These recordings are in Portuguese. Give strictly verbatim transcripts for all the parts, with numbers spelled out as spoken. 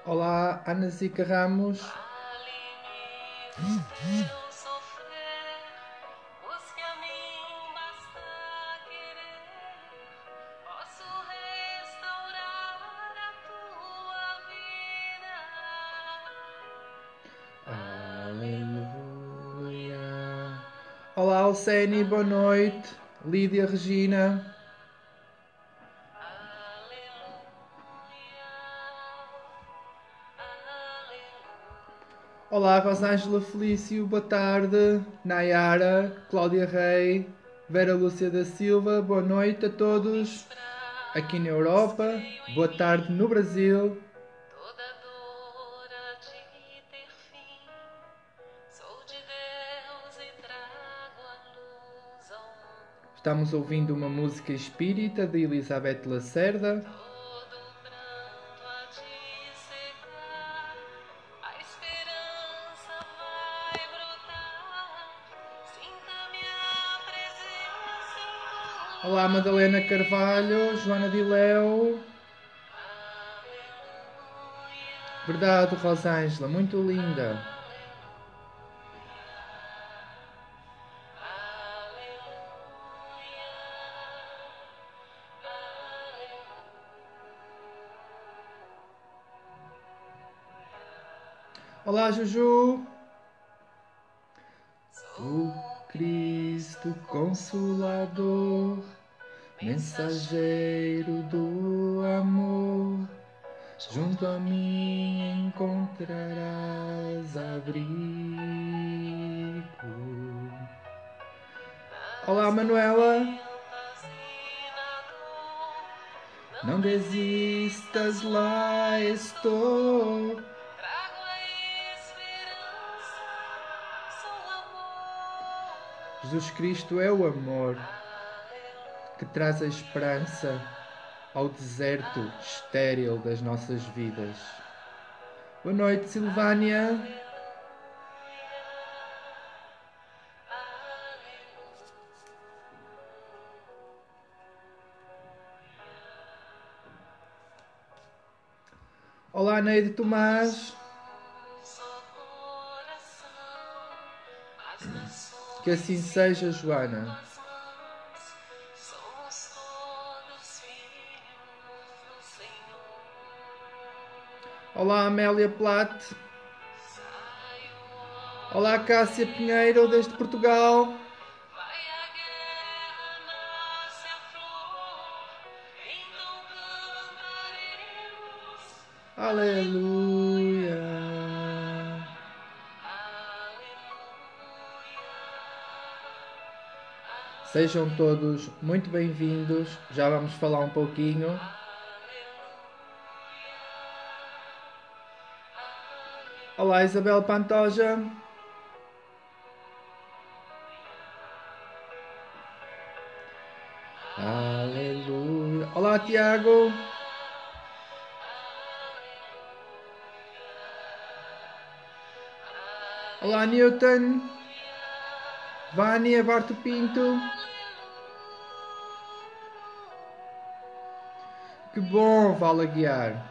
Olá, Ana Zica Ramos. Não sofrer os que a mim basta querer, posso restaurar a tua vida. Aleluia. Olá, Alcene, boa noite. Lídia Regina. Olá, Rosângela Felício, boa tarde. Nayara, Cláudia Rei, Vera Lúcia da Silva, boa noite a todos. Aqui na Europa, boa tarde no Brasil. Toda dor há de ter fim. Sou de Deus e trago a luz ao mundo. Estamos ouvindo uma música espírita de Elizabeth Lacerda. Todo pranto há de secar. A esperança vai brotar. Sinta-me a presença em tua. Olá, Madalena Carvalho, Joana Dileu. Verdade, Rosângela, muito linda. Olá, Juju. O Cristo Consolador, mensageiro do amor, junto a mim encontrarás abrigo. Olá, Manuela. Não desistas, lá estou. Trago a esperança, sou amor. Jesus Cristo é o amor que traz a esperança ao deserto estéril das nossas vidas. Boa noite, Silvânia. Olá, Neide Tomás. Que assim seja, Joana. Somos todos filhos do Senhor. Olá, Amélia Platt. Olá, Cássia Pinheiro, desde Portugal. Vai a guerra, nasce a flor, então cantaremos. Aleluia. Sejam todos muito bem-vindos. Já vamos falar um pouquinho. Olá, Isabel Pantoja. Aleluia. Olá, Tiago. Olá, Newton. Vânia Barto Pinto. Que bom, Vala Guiar.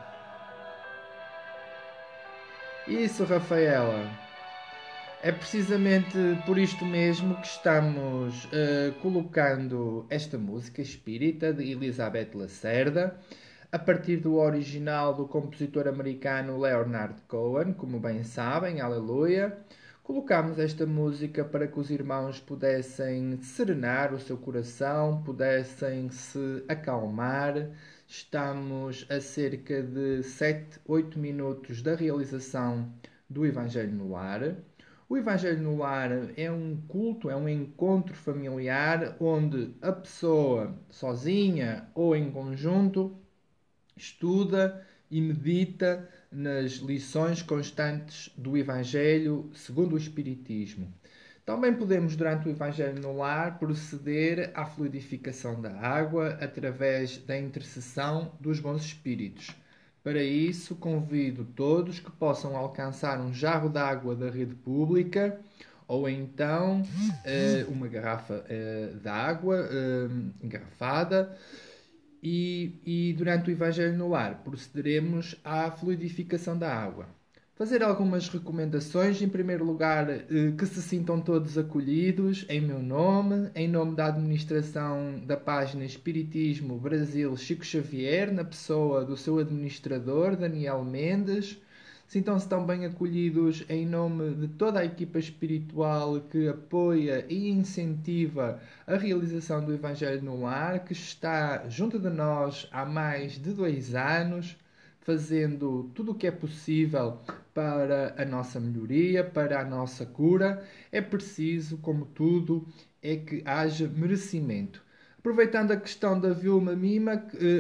Isso, Rafaela. É precisamente por isto mesmo que estamos uh, colocando esta música espírita de Elizabeth Lacerda, a partir do original do compositor americano Leonard Cohen, como bem sabem, aleluia. Colocámos esta música para que os irmãos pudessem serenar o seu coração, pudessem se acalmar. Estamos a cerca de sete, oito minutos da realização do Evangelho no Lar. O Evangelho no Lar é um culto, é um encontro familiar onde a pessoa, sozinha ou em conjunto, estuda e medita nas lições constantes do Evangelho segundo o Espiritismo. Também podemos, durante o Evangelho no Lar, proceder à fluidificação da água através da intercessão dos bons espíritos. Para isso, convido todos que possam alcançar um jarro de água da rede pública ou então uma garrafa de água engarrafada e, e durante o Evangelho no Lar procederemos à fluidificação da água. Fazer algumas recomendações. Em primeiro lugar, eh, que se sintam todos acolhidos em meu nome, em nome da administração da página Espiritismo Brasil Chico Xavier, na pessoa do seu administrador, Daniel Mendes. Sintam-se também acolhidos em nome de toda a equipa espiritual que apoia e incentiva a realização do Evangelho no Lar, que está junto de nós há mais de dois anos, fazendo tudo o que é possível para a nossa melhoria, para a nossa cura. É preciso, como tudo, é que haja merecimento. Aproveitando a questão da Vilma Mima,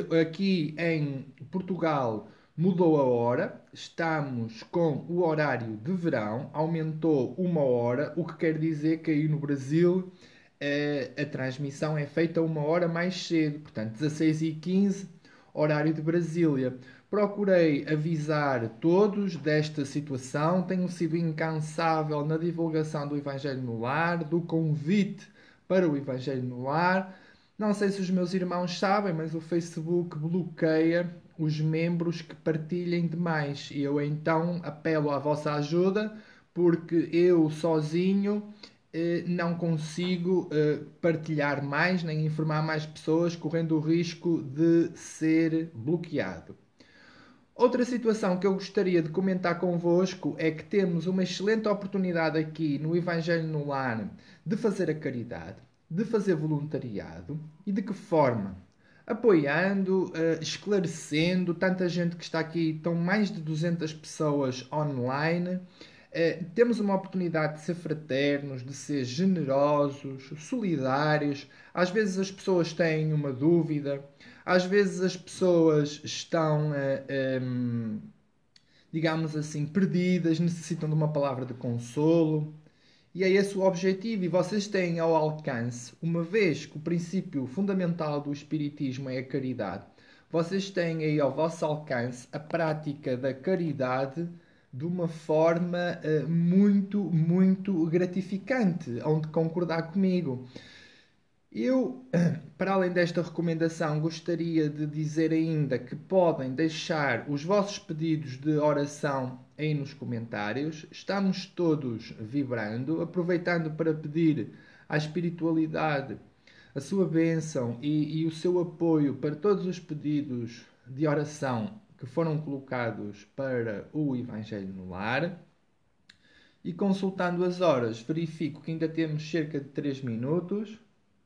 aqui em Portugal mudou a hora, estamos com o horário de verão, aumentou uma hora, o que quer dizer que aí no Brasil a, a transmissão é feita uma hora mais cedo, portanto dezasseis e quinze, horário de Brasília. Procurei avisar todos desta situação, tenho sido incansável na divulgação do Evangelho no Lar, do convite para o Evangelho no Lar. Não sei se os meus irmãos sabem, mas o Facebook bloqueia os membros que partilhem demais. E eu então apelo à vossa ajuda, porque eu sozinho eh, não consigo eh, partilhar mais nem informar mais pessoas, correndo o risco de ser bloqueado. Outra situação que eu gostaria de comentar convosco é que temos uma excelente oportunidade aqui no Evangelho no Lar de fazer a caridade, de fazer voluntariado. E de que forma? Apoiando, esclarecendo, tanta gente que está aqui, estão mais de duzentas pessoas online. Temos uma oportunidade de ser fraternos, de ser generosos, solidários. Às vezes as pessoas têm uma dúvida, às vezes as pessoas estão, digamos assim, perdidas, necessitam de uma palavra de consolo. E é esse o objetivo, e vocês têm ao alcance, uma vez que o princípio fundamental do Espiritismo é a caridade, vocês têm aí ao vosso alcance a prática da caridade de uma forma uh, muito, muito gratificante, onde concordar comigo. Eu, para além desta recomendação, gostaria de dizer ainda que podem deixar os vossos pedidos de oração aí nos comentários. Estamos todos vibrando, aproveitando para pedir à espiritualidade a sua bênção e, e o seu apoio para todos os pedidos de oração que foram colocados para o Evangelho no Lar. E consultando as horas, verifico que ainda temos cerca de três minutos.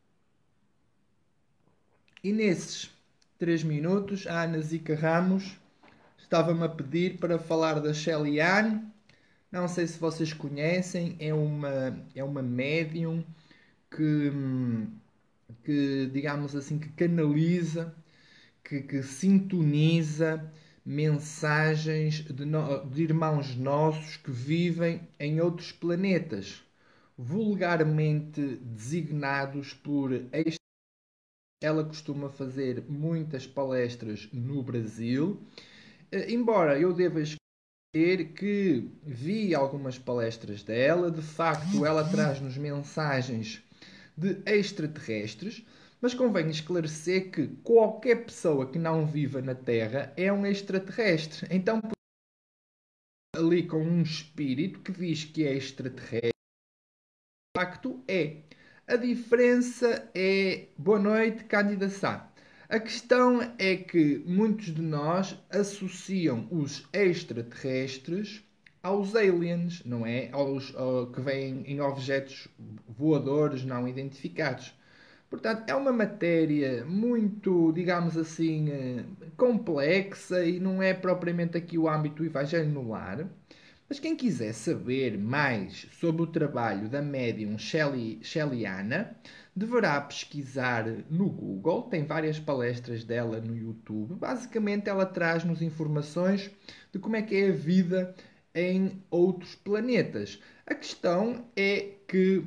E nesses três minutos, a Ana Zica Ramos estava-me a pedir para falar da Shelly Ann. Não sei se vocês conhecem, é uma, é uma médium que, que, digamos assim, que canaliza, que, que sintoniza mensagens de, no, de irmãos nossos que vivem em outros planetas, vulgarmente designados por extraterrestres. Ela costuma fazer muitas palestras no Brasil, embora eu deva esclarecer que vi algumas palestras dela. De facto, ela traz-nos mensagens de extraterrestres, mas convém esclarecer que qualquer pessoa que não viva na Terra é um extraterrestre. Então, ali com um espírito que diz que é extraterrestre, de facto é. A diferença é, boa noite, Cândida Sá. A questão é que muitos de nós associam os extraterrestres aos aliens, não é? Aos, aos que vêm em objetos voadores não identificados. Portanto, é uma matéria muito, digamos assim, complexa e não é propriamente aqui o âmbito do Evangelho no Lar. Mas quem quiser saber mais sobre o trabalho da médium Shelly, Shellyana, deverá pesquisar no Google. Tem várias palestras dela no YouTube. Basicamente, ela traz-nos informações de como é que é a vida em outros planetas. A questão é que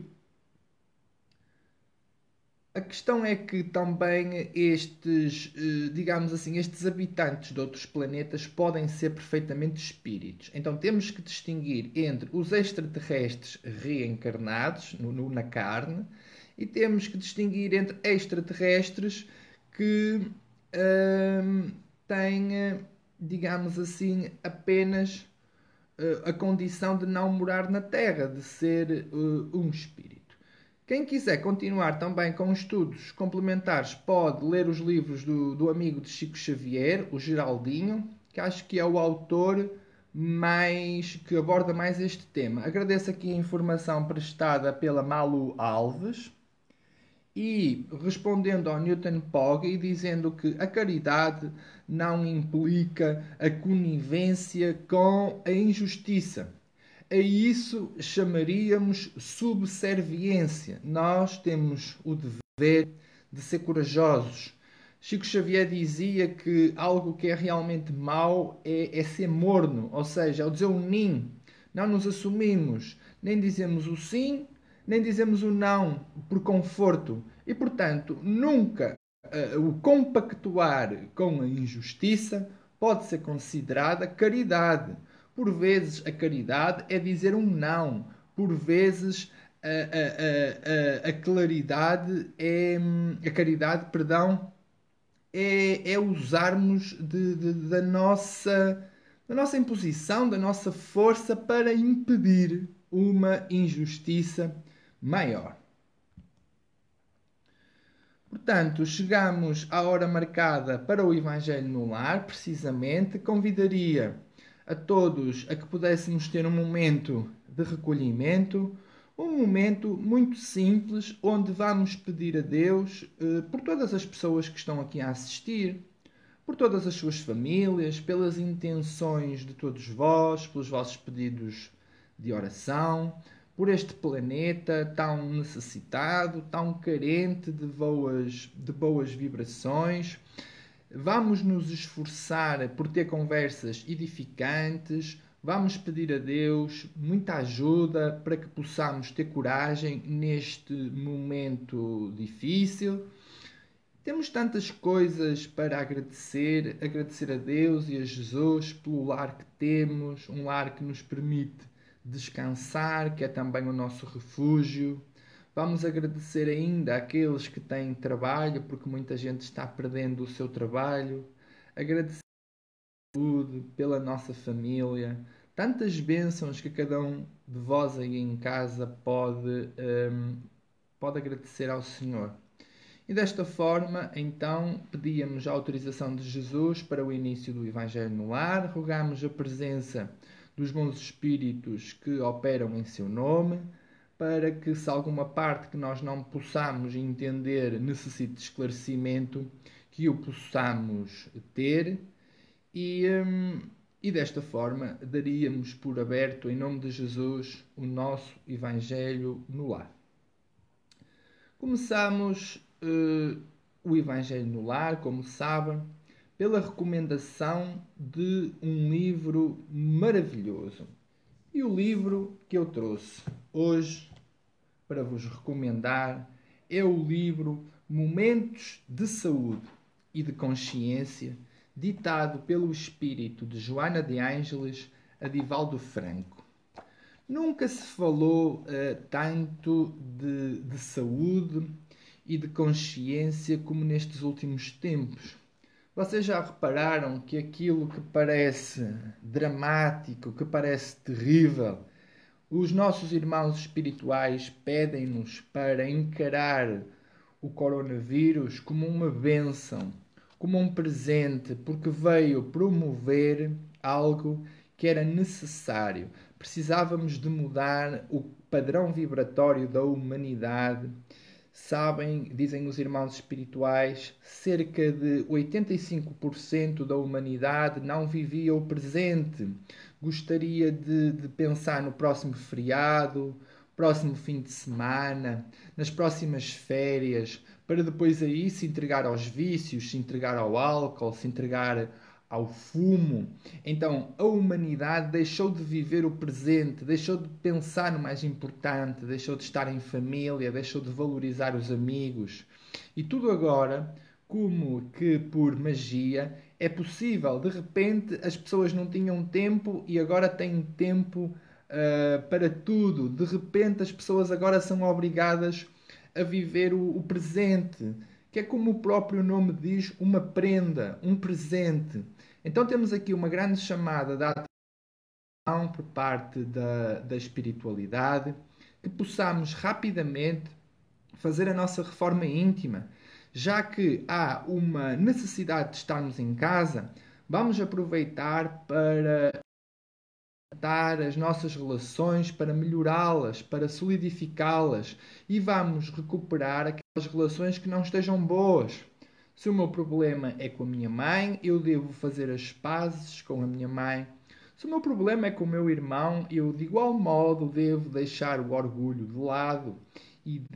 A questão é que também estes, digamos assim, estes habitantes de outros planetas podem ser perfeitamente espíritos. Então temos que distinguir entre os extraterrestres reencarnados no, no, na carne e temos que distinguir entre extraterrestres que hum, tem, eh, digamos assim, apenas eh, a condição de não morar na Terra, de ser eh, um espírito. Quem quiser continuar também com estudos complementares pode ler os livros do, do amigo de Chico Xavier, o Geraldinho, que acho que é o autor mais que aborda mais este tema. Agradeço aqui a informação prestada pela Malu Alves. E respondendo ao Newton Pogge e dizendo que a caridade não implica a conivência com a injustiça. A isso chamaríamos subserviência. Nós temos o dever de ser corajosos. Chico Xavier dizia que algo que é realmente mau é, é ser morno, ou seja, ao dizer o nim, não nos assumimos, nem dizemos o sim, nem dizemos o não por conforto. E, portanto, nunca uh, o compactuar com a injustiça pode ser considerada caridade. Por vezes, a caridade é dizer um não. Por vezes, a, a, a, a claridade é... A caridade, perdão, é, é usarmos de, de, da, nossa, da nossa imposição, da nossa força para impedir uma injustiça maior. Portanto, chegamos à hora marcada para o Evangelho no Lar, precisamente. Convidaria a todos a que pudéssemos ter um momento de recolhimento, um momento muito simples, onde vamos pedir a Deus eh, por todas as pessoas que estão aqui a assistir, por todas as suas famílias, pelas intenções de todos vós, pelos vossos pedidos de oração, por este planeta tão necessitado, tão carente de boas, de boas vibrações. Vamos nos esforçar por ter conversas edificantes. Vamos pedir a Deus muita ajuda para que possamos ter coragem neste momento difícil. Temos tantas coisas para agradecer, agradecer a Deus e a Jesus pelo lar que temos, um lar que nos permite descansar, que é também o nosso refúgio. Vamos agradecer ainda àqueles que têm trabalho, porque muita gente está perdendo o seu trabalho. Agradecer pela saúde, pela nossa família. Tantas bênçãos que cada um de vós aí em casa pode, um, pode agradecer ao Senhor. E desta forma, então, pedíamos a autorização de Jesus para o início do Evangelho no Lar, rogamos a presença dos bons espíritos que operam em seu nome, para que, se alguma parte que nós não possamos entender necessite de esclarecimento, que o possamos ter, e, hum, e desta forma daríamos por aberto, em nome de Jesus, o nosso Evangelho no Lar. Começamos uh, o Evangelho no Lar, como sabem, pela recomendação de um livro maravilhoso. E o livro que eu trouxe hoje para vos recomendar é o livro Momentos de Saúde e de Consciência, ditado pelo espírito de Joana de Ângeles a Divaldo Franco. Nunca se falou uh, tanto de, de saúde e de consciência como nestes últimos tempos. Vocês já repararam que aquilo que parece dramático, que parece terrível, os nossos irmãos espirituais pedem-nos para encarar o coronavírus como uma bênção, como um presente, porque veio promover algo que era necessário. Precisávamos de mudar o padrão vibratório da humanidade. Sabem, dizem os irmãos espirituais, cerca de oitenta e cinco por cento da humanidade não vivia o presente. Gostaria de, de pensar no próximo feriado, próximo fim de semana, nas próximas férias, para depois aí se entregar aos vícios, se entregar ao álcool, se entregar ao fumo. Então a humanidade deixou de viver o presente, deixou de pensar no mais importante, deixou de estar em família, deixou de valorizar os amigos. E tudo agora, como que por magia, é possível. De repente as pessoas não tinham tempo e agora têm tempo uh, para tudo. De repente as pessoas agora são obrigadas a viver o, o presente. que é, como o próprio nome diz, uma prenda, um presente. Então temos aqui uma grande chamada de atenção por parte da, da espiritualidade, que possamos rapidamente fazer a nossa reforma íntima. Já que há uma necessidade de estarmos em casa, vamos aproveitar para aumentar as nossas relações, para melhorá-las, para solidificá-las, e vamos recuperar aquelas relações que não estejam boas. Se o meu problema é com a minha mãe, eu devo fazer as pazes com a minha mãe. Se o meu problema é com o meu irmão, eu de igual modo devo deixar o orgulho de lado e devo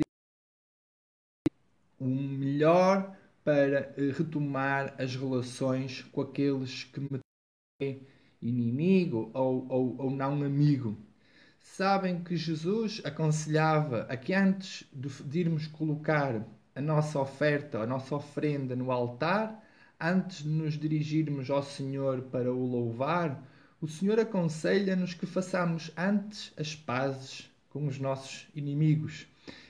o melhor para retomar as relações com aqueles que me têm inimigo ou, ou, ou não amigo. Sabem que Jesus aconselhava a que antes de irmos colocar a nossa oferta, a nossa ofrenda no altar, antes de nos dirigirmos ao Senhor para o louvar, o Senhor aconselha-nos que façamos antes as pazes com os nossos inimigos.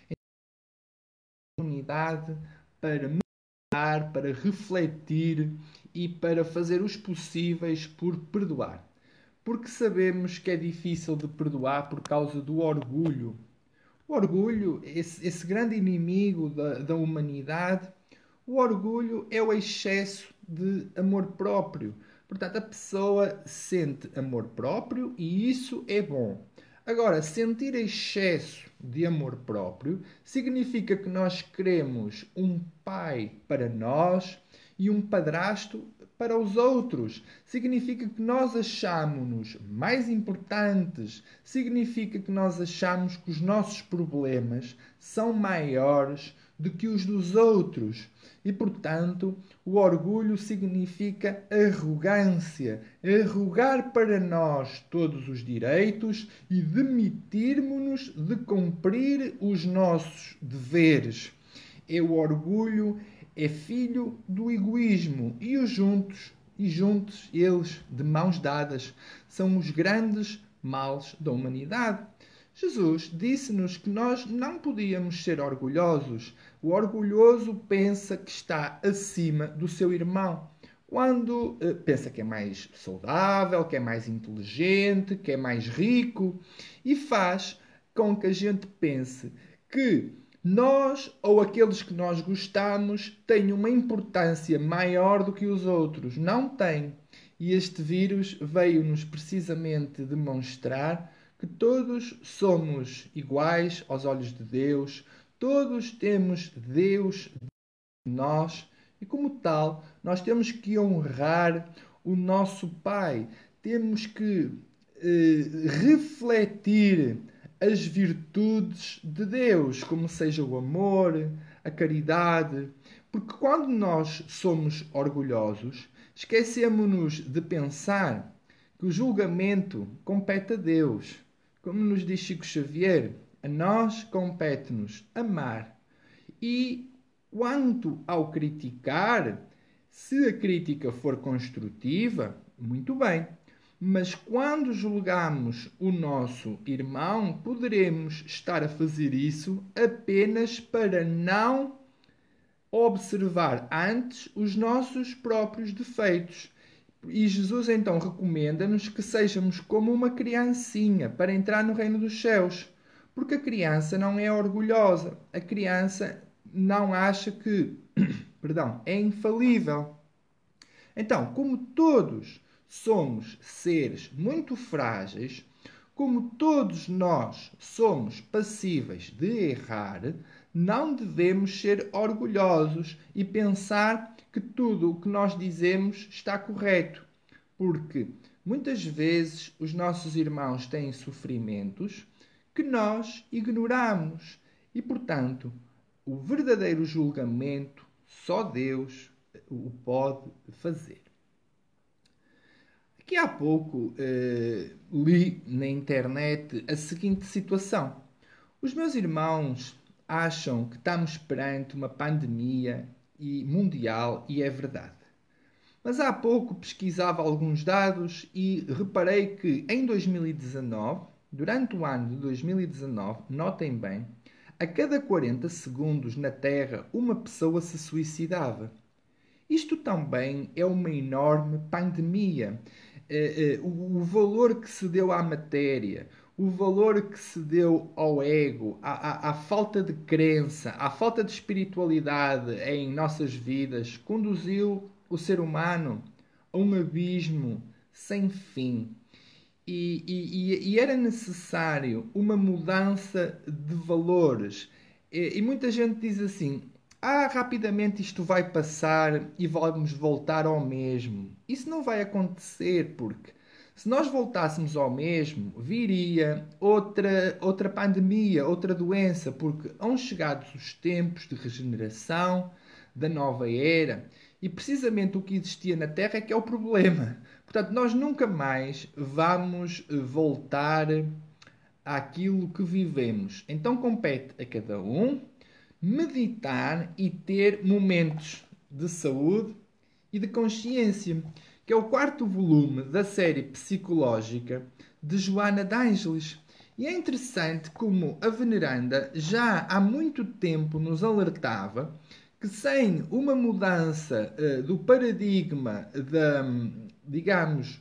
Unidade para meditar, para refletir e para fazer os possíveis por perdoar. Porque sabemos que é difícil de perdoar por causa do orgulho. O orgulho, esse, esse grande inimigo da, da humanidade, o orgulho é o excesso de amor próprio. Portanto, a pessoa sente amor próprio e isso é bom. Agora, sentir excesso de amor próprio significa que nós queremos um pai para nós e um padrasto para os outros. Significa que nós achamos-nos mais importantes. Significa que nós achamos que os nossos problemas são maiores do que os dos outros. E, portanto, o orgulho significa arrogância. Arrogar para nós todos os direitos e demitirmos-nos de cumprir os nossos deveres. É o orgulho, é filho do egoísmo. E os juntos, e juntos eles, de mãos dadas, são os grandes males da humanidade. Jesus disse-nos que nós não podíamos ser orgulhosos. O orgulhoso pensa que está acima do seu irmão. Quando uh, pensa que é mais saudável, que é mais inteligente, que é mais rico, e faz com que a gente pense que nós ou aqueles que nós gostamos têm uma importância maior do que os outros. Não tem. E este vírus veio-nos precisamente demonstrar que todos somos iguais aos olhos de Deus, todos temos Deus em nós e, como tal, nós temos que honrar o nosso Pai, temos que eh, refletir as virtudes de Deus, como seja o amor, a caridade, porque quando nós somos orgulhosos, esquecemos-nos de pensar que o julgamento compete a Deus. Como nos diz Chico Xavier, a nós compete-nos amar. E quanto ao criticar, se a crítica for construtiva, muito bem. Mas quando julgamos o nosso irmão, poderemos estar a fazer isso apenas para não observar antes os nossos próprios defeitos. E Jesus então recomenda-nos que sejamos como uma criancinha para entrar no reino dos céus. Porque a criança não é orgulhosa. A criança não acha que, perdão, é infalível. Então, como todos somos seres muito frágeis, como todos nós somos passíveis de errar, não devemos ser orgulhosos e pensar que tudo o que nós dizemos está correto, porque muitas vezes os nossos irmãos têm sofrimentos que nós ignoramos e, portanto, o verdadeiro julgamento só Deus o pode fazer. Aqui há pouco eh, li na internet a seguinte situação. Os meus irmãos acham que estamos perante uma pandemia mundial e é verdade. Mas há pouco pesquisava alguns dados e reparei que em dois mil e dezanove, durante o ano de dois mil e dezanove, notem bem, A cada quarenta segundos na Terra, uma pessoa se suicidava. Isto também é uma enorme pandemia. Uh, uh, o, o valor que se deu à matéria, o valor que se deu ao ego, à, à, à falta de crença, à falta de espiritualidade em nossas vidas, conduziu o ser humano a um abismo sem fim. E, e, e era necessário uma mudança de valores. E, e muita gente diz assim: ah, rapidamente isto vai passar e vamos voltar ao mesmo. Isso não vai acontecer, porque se nós voltássemos ao mesmo, viria outra, outra pandemia, outra doença, porque hão chegado os tempos de regeneração, da nova era, e precisamente o que existia na Terra é que é o problema. Portanto, nós nunca mais vamos voltar àquilo que vivemos. Então compete a cada um meditar e ter momentos de saúde e de consciência, que é o quarto volume da série psicológica de Joana de Ângeles. E é interessante como a veneranda já há muito tempo nos alertava que sem uma mudança uh, do paradigma da, digamos,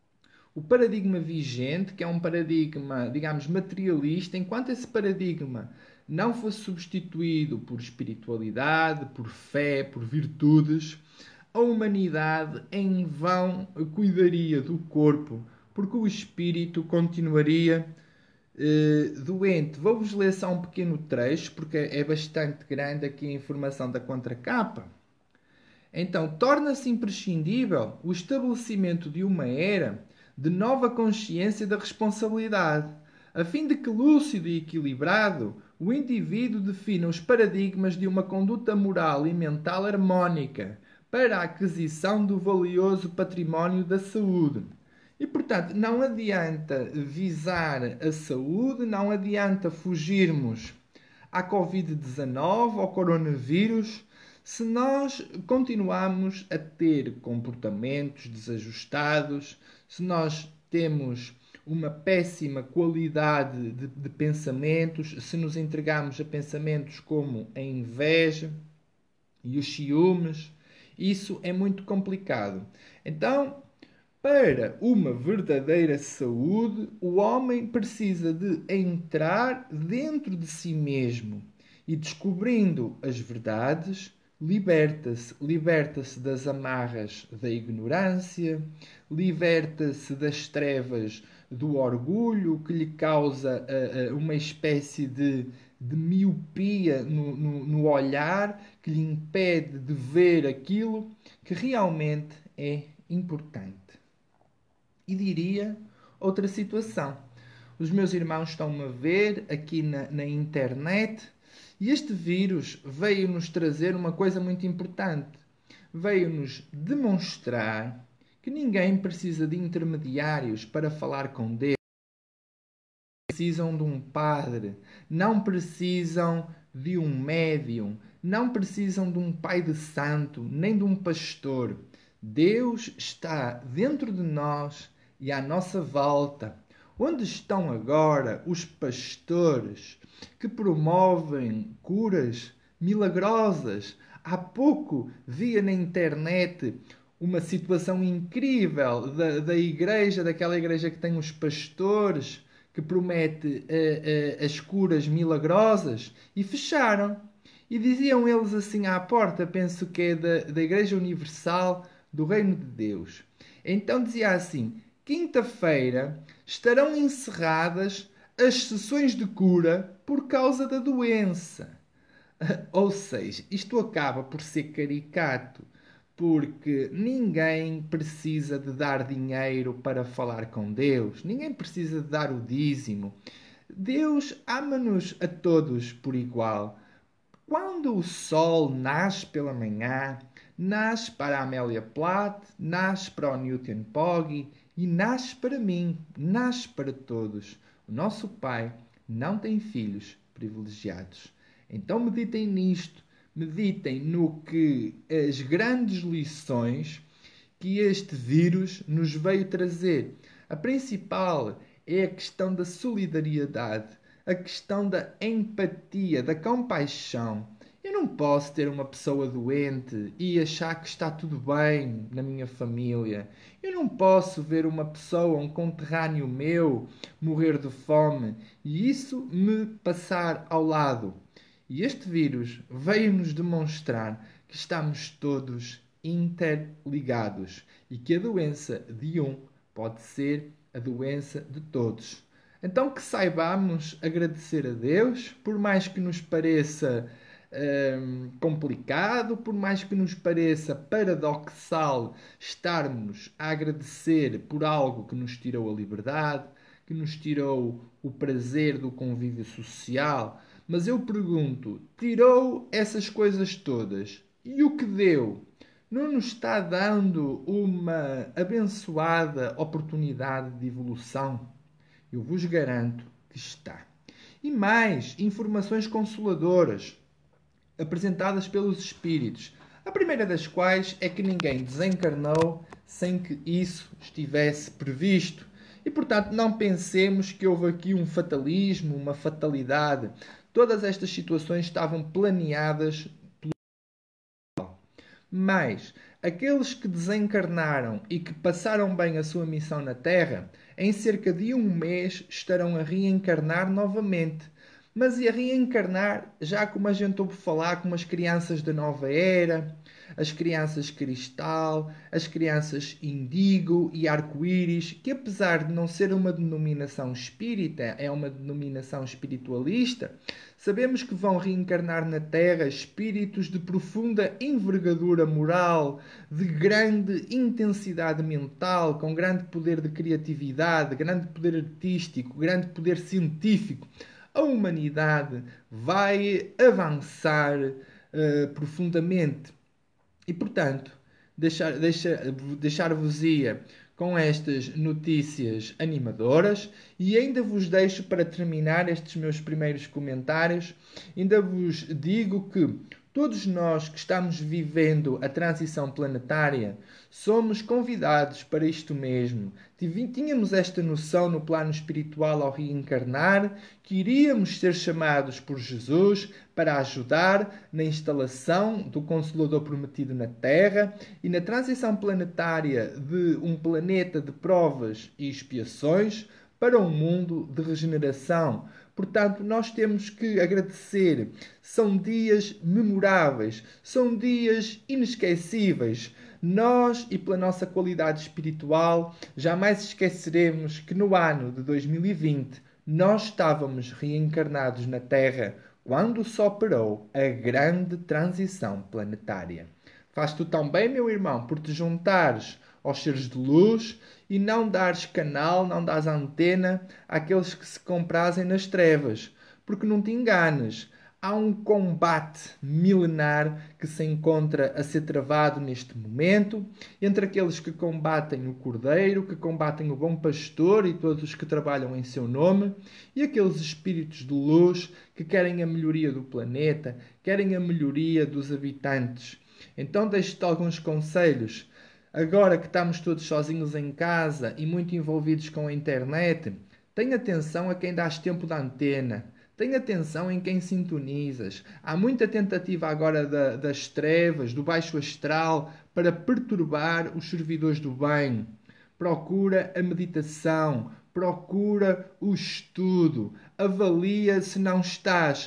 o paradigma vigente, que é um paradigma, digamos, materialista, enquanto esse paradigma não fosse substituído por espiritualidade, por fé, por virtudes, a humanidade em vão cuidaria do corpo, porque o espírito continuaria eh, doente. Vou-vos ler só um pequeno trecho, porque é bastante grande aqui a informação da contracapa. Então, torna-se imprescindível o estabelecimento de uma era de nova consciência da responsabilidade, a fim de que, lúcido e equilibrado, o indivíduo defina os paradigmas de uma conduta moral e mental harmónica para a aquisição do valioso património da saúde. E, portanto, não adianta visar a saúde, não adianta fugirmos à covid dezanove, ao coronavírus, se nós continuarmos a ter comportamentos desajustados, se nós temos uma péssima qualidade de, de pensamentos, se nos entregarmos a pensamentos como a inveja e os ciúmes, isso é muito complicado. Então, para uma verdadeira saúde, o homem precisa de entrar dentro de si mesmo e, descobrindo as verdades, liberta-se, liberta-se das amarras da ignorância, liberta-se das trevas do orgulho que lhe causa uh, uh, uma espécie de, de miopia no, no, no olhar, que lhe impede de ver aquilo que realmente é importante. E diria outra situação. Os meus irmãos estão-me a ver aqui na, na internet. E este vírus veio-nos trazer uma coisa muito importante. Veio-nos demonstrar que ninguém precisa de intermediários para falar com Deus. Precisam de um padre, não precisam de um médium, não precisam de um pai de santo, nem de um pastor. Deus está dentro de nós e à nossa volta. Onde estão agora os pastores que promovem curas milagrosas? Há pouco via na internet uma situação incrível da, da igreja, daquela igreja que tem os pastores, que promete uh, uh, as curas milagrosas, e fecharam. E diziam eles assim à porta, penso que é da, da Igreja Universal do Reino de Deus. Então dizia assim: quinta-feira estarão encerradas as sessões de cura por causa da doença. Ou seja, isto acaba por ser caricato, porque ninguém precisa de dar dinheiro para falar com Deus, ninguém precisa de dar o dízimo. Deus ama-nos a todos por igual. Quando o sol nasce pela manhã, nasce para a Amélia Plath, nasce para o Newton Poggi e nasce para mim, nasce para todos. O nosso Pai não tem filhos privilegiados. Então meditem nisto, meditem no que as grandes lições que este vírus nos veio trazer. A principal é a questão da solidariedade. a questão da empatia, da compaixão. Eu não posso ter uma pessoa doente e achar que está tudo bem na minha família. Eu não posso ver uma pessoa, um conterrâneo meu, morrer de fome e isso me passar ao lado. E este vírus veio-nos demonstrar que estamos todos interligados e que a doença de um pode ser a doença de todos. Então que saibamos agradecer a Deus, por mais que nos pareça hum, complicado, por mais que nos pareça paradoxal estarmos a agradecer por algo que nos tirou a liberdade, que nos tirou o prazer do convívio social. Mas eu pergunto, tirou essas coisas todas e o que deu? Não nos está dando uma abençoada oportunidade de evolução? Eu vos garanto que está. E mais informações consoladoras apresentadas pelos espíritos. A primeira das quais é que ninguém desencarnou sem que isso estivesse previsto. E, portanto, não pensemos que houve aqui um fatalismo, uma fatalidade. Todas estas situações estavam planeadas. Mas aqueles que desencarnaram e que passaram bem a sua missão na Terra, em cerca de um mês estarão a reencarnar novamente. Mas e a reencarnar, já como a gente ouve falar, como as crianças da nova era, as crianças cristal, as crianças índigo e arco-íris, que apesar de não ser uma denominação espírita, é uma denominação espiritualista, sabemos que vão reencarnar na Terra espíritos de profunda envergadura moral, de grande intensidade mental, com grande poder de criatividade, grande poder artístico, grande poder científico. A humanidade vai avançar uh, profundamente. E, portanto, deixar, deixar, deixar-vos-ia com estas notícias animadoras e ainda vos deixo, para terminar estes meus primeiros comentários, ainda vos digo que todos nós que estamos vivendo a transição planetária somos convidados para isto mesmo. Tínhamos esta noção no plano espiritual ao reencarnar, que iríamos ser chamados por Jesus para ajudar na instalação do Consolador prometido na Terra e na transição planetária de um planeta de provas e expiações para um mundo de regeneração. Portanto, nós temos que agradecer. São dias memoráveis, são dias inesquecíveis. Nós, e pela nossa qualidade espiritual, jamais esqueceremos que no ano de dois mil e vinte nós estávamos reencarnados na Terra quando se operou a grande transição planetária. Faz-te tão bem, meu irmão, por te juntares aos seres de luz e não dares canal, não dares antena àqueles que se comprazem nas trevas. Porque não te enganes, há um combate milenar que se encontra a ser travado neste momento entre aqueles que combatem o Cordeiro, que combatem o Bom Pastor e todos os que trabalham em seu nome, e aqueles espíritos de luz que querem a melhoria do planeta, querem a melhoria dos habitantes. Então deixo-te alguns conselhos. Agora que estamos todos sozinhos em casa e muito envolvidos com a internet, tenha atenção a quem dás tempo da antena. Tenha atenção em quem sintonizas. Há muita tentativa agora da, das trevas, do baixo astral, para perturbar os servidores do bem. Procura a meditação, procura o estudo. Avalia se não estás...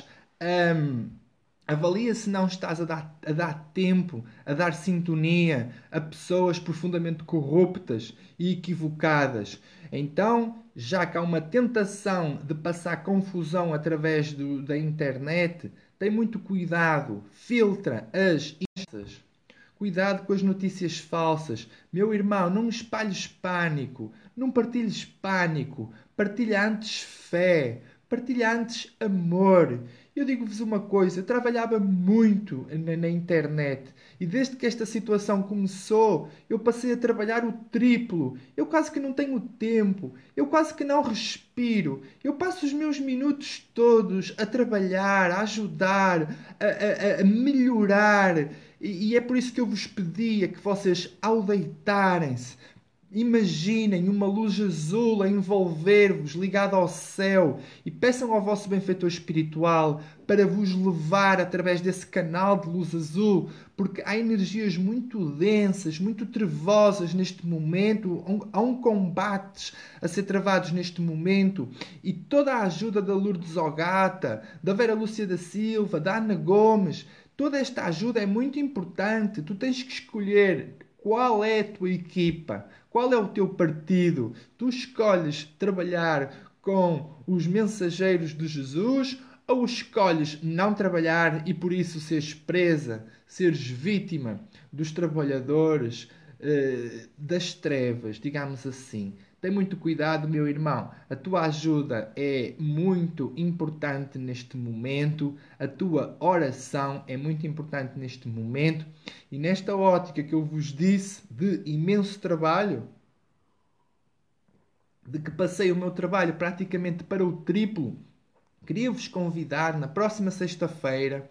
Um, Avalia se não estás a dar, a dar tempo, a dar sintonia a pessoas profundamente corruptas e equivocadas. Então, já que há uma tentação de passar confusão através do, da internet, tem muito cuidado, filtra as instas. Cuidado com as notícias falsas. Meu irmão, não espalhes pânico, não partilhes pânico, partilha antes fé, partilha antes amor. Eu digo-vos uma coisa, eu trabalhava muito na, na internet e desde que esta situação começou, eu passei a trabalhar o triplo. Eu quase que não tenho tempo, eu quase que não respiro. Eu passo os meus minutos todos a trabalhar, a ajudar, a, a, a melhorar. E, e é por isso que eu vos pedia que vocês, ao deitarem-se, Imaginem uma luz azul a envolver-vos, ligada ao céu, e peçam ao vosso benfeitor espiritual para vos levar através desse canal de luz azul, porque há energias muito densas, muito trevosas neste momento, há um combate a ser travados neste momento, e toda a ajuda da Lourdes Ogata, da Vera Lúcia da Silva, da Ana Gomes, toda esta ajuda é muito importante. Tu tens que escolher qual é a tua equipa, qual é o teu partido. Tu escolhes trabalhar com os mensageiros de Jesus ou escolhes não trabalhar e por isso seres presa, seres vítima dos trabalhadores eh, das trevas, digamos assim. Tem muito cuidado, meu irmão. A tua ajuda é muito importante neste momento. A tua oração é muito importante neste momento. E nesta ótica que eu vos disse de imenso trabalho, de que passei o meu trabalho praticamente para o triplo, queria-vos convidar na próxima sexta-feira,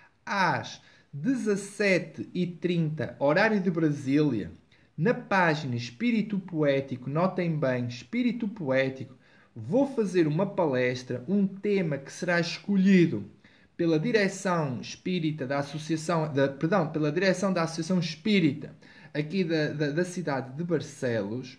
às dezassete e trinta, horário de Brasília, na página Espírito Poético, notem bem, Espírito Poético, vou fazer uma palestra, um tema que será escolhido pela direção espírita da Associação, da, perdão, pela direção da Associação Espírita aqui da, da, da cidade de Barcelos,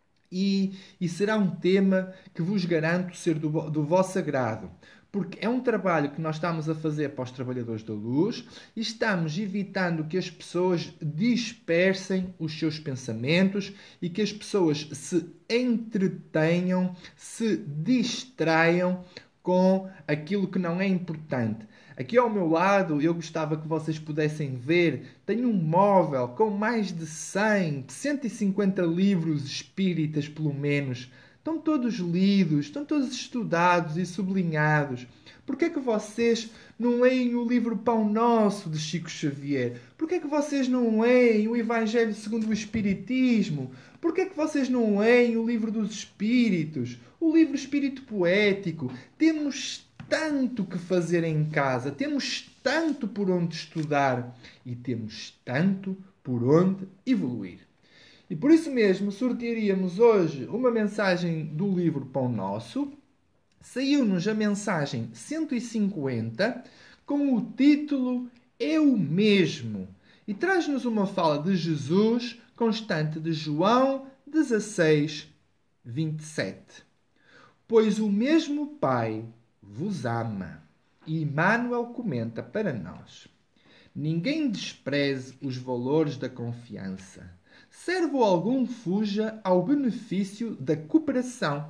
e, e será um tema que vos garanto ser do, do vosso agrado. Porque é um trabalho que nós estamos a fazer para os trabalhadores da luz e estamos evitando que as pessoas dispersem os seus pensamentos e que as pessoas se entretenham, se distraiam com aquilo que não é importante. Aqui ao meu lado, eu gostava que vocês pudessem ver, tenho um móvel com mais de cem, cento e cinquenta livros espíritas, pelo menos. Estão todos lidos, estão todos estudados e sublinhados. Por que é que vocês não leem o livro Pão Nosso de Chico Xavier? Por que é que vocês não leem o Evangelho segundo o Espiritismo? Por que é que vocês não leem o livro dos Espíritos? O livro Espírito Poético? Temos tanto que fazer em casa, temos tanto por onde estudar e temos tanto por onde evoluir. E por isso mesmo sortearíamos hoje uma mensagem do livro Pão Nosso. Saiu-nos a mensagem cento e cinquenta com o título Eu Mesmo e traz-nos uma fala de Jesus constante de João dezasseis, vinte e sete. Pois o mesmo Pai vos ama. E Emmanuel comenta para nós. Ninguém despreze os valores da confiança. Servo algum fuja ao benefício da cooperação.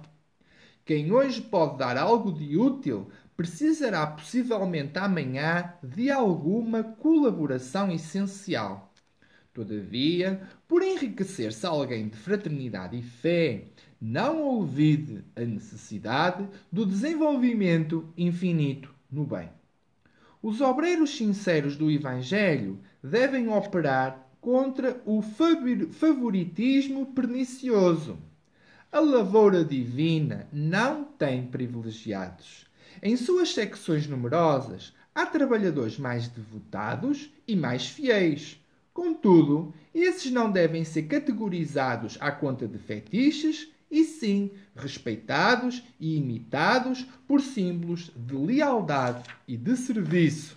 Quem hoje pode dar algo de útil, precisará possivelmente amanhã de alguma colaboração essencial. Todavia, por enriquecer-se alguém de fraternidade e fé, não olvide a necessidade do desenvolvimento infinito no bem. Os obreiros sinceros do Evangelho devem operar contra o favoritismo pernicioso. A lavoura divina não tem privilegiados. Em suas secções numerosas, há trabalhadores mais devotados e mais fiéis. Contudo, esses não devem ser categorizados à conta de fetiches, e sim respeitados e imitados por símbolos de lealdade e de serviço.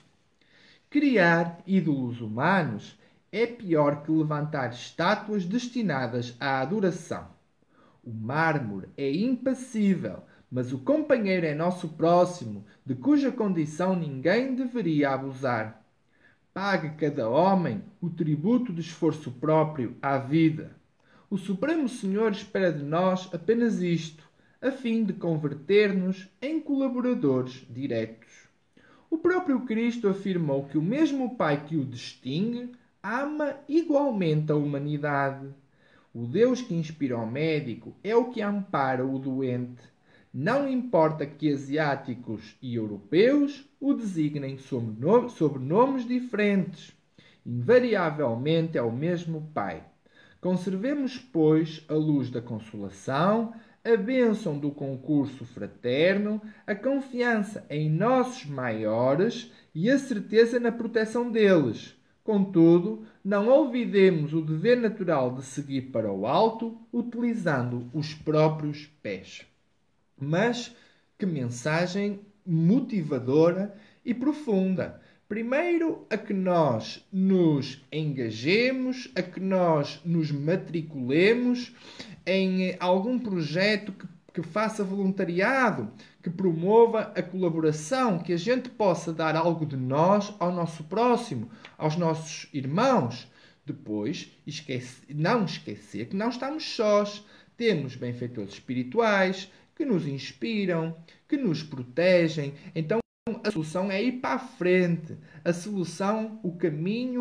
Criar ídolos humanos é pior que levantar estátuas destinadas à adoração. O mármore é impassível, mas o companheiro é nosso próximo, de cuja condição ninguém deveria abusar. Pague cada homem o tributo de esforço próprio à vida. O Supremo Senhor espera de nós apenas isto, a fim de converter-nos em colaboradores diretos. O próprio Cristo afirmou que o mesmo Pai que o distingue ama igualmente a humanidade. O Deus que inspira o médico é o que ampara o doente. Não importa que asiáticos e europeus o designem sob nomes diferentes. Invariavelmente é o mesmo Pai. Conservemos, pois, a luz da consolação, a bênção do concurso fraterno, a confiança em nossos maiores e a certeza na proteção deles, Contudo, não olvidemos o dever natural de seguir para o alto, utilizando os próprios pés. Mas que mensagem motivadora e profunda! Primeiro, a que nós nos engajemos, a que nós nos matriculemos em algum projeto que, que faça voluntariado, que promova a colaboração, que a gente possa dar algo de nós ao nosso próximo, aos nossos irmãos. Depois, esquece, não esquecer que não estamos sós. Temos benfeitores espirituais que nos inspiram, que nos protegem. Então, a solução é ir para a frente. A solução, o caminho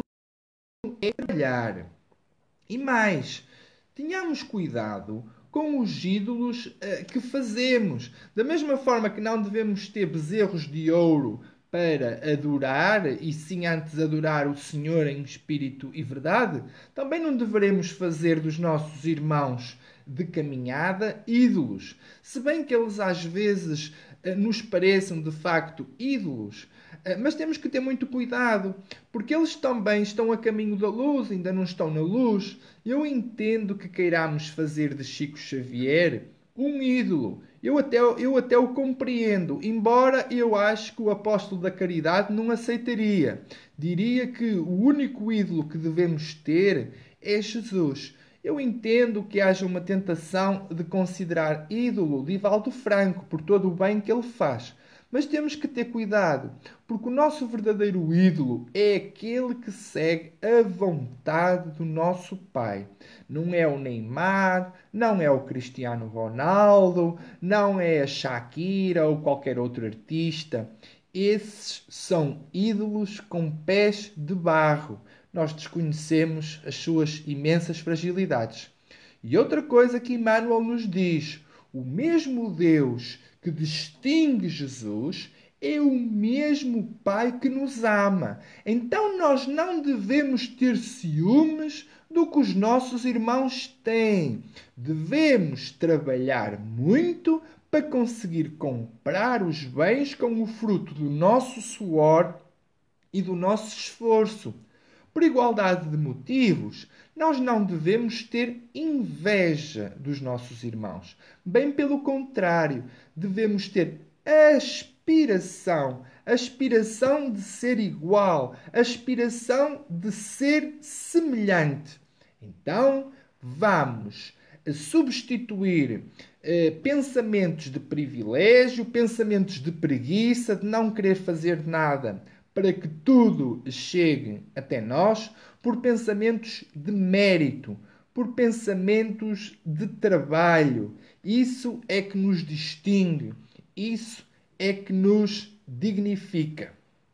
é trabalhar. E mais, tenhamos cuidado com os ídolos uh, que fazemos. Da mesma forma que não devemos ter bezerros de ouro para adorar, e sim antes adorar o Senhor em espírito e verdade, também não deveremos fazer dos nossos irmãos de caminhada ídolos. Se bem que eles às vezes uh, nos pareçam de facto ídolos, uh, mas temos que ter muito cuidado, porque eles também estão a caminho da luz, ainda não estão na luz. Eu entendo que queiramos fazer de Chico Xavier um ídolo. Eu até, eu até o compreendo, embora eu acho que o apóstolo da caridade não aceitaria. Diria que o único ídolo que devemos ter é Jesus. Eu entendo que haja uma tentação de considerar ídolo Divaldo Franco por todo o bem que ele faz. Mas temos que ter cuidado, porque o nosso verdadeiro ídolo é aquele que segue a vontade do nosso Pai. Não é o Neymar, não é o Cristiano Ronaldo, não é a Shakira ou qualquer outro artista. Esses são ídolos com pés de barro. Nós desconhecemos as suas imensas fragilidades. E outra coisa que Emmanuel nos diz: o mesmo Deus que distingue Jesus é o mesmo Pai que nos ama. Então nós não devemos ter ciúmes do que os nossos irmãos têm. Devemos trabalhar muito para conseguir comprar os bens com o fruto do nosso suor e do nosso esforço. Por igualdade de motivos, nós não devemos ter inveja dos nossos irmãos. Bem pelo contrário, devemos ter aspiração, aspiração de ser igual, aspiração de ser semelhante. Então, vamos substituir eh, pensamentos de privilégio, pensamentos de preguiça, de não querer fazer nada para que tudo chegue até nós, por pensamentos de mérito, por pensamentos de trabalho. Isso é que nos distingue, isso é que nos dignifica.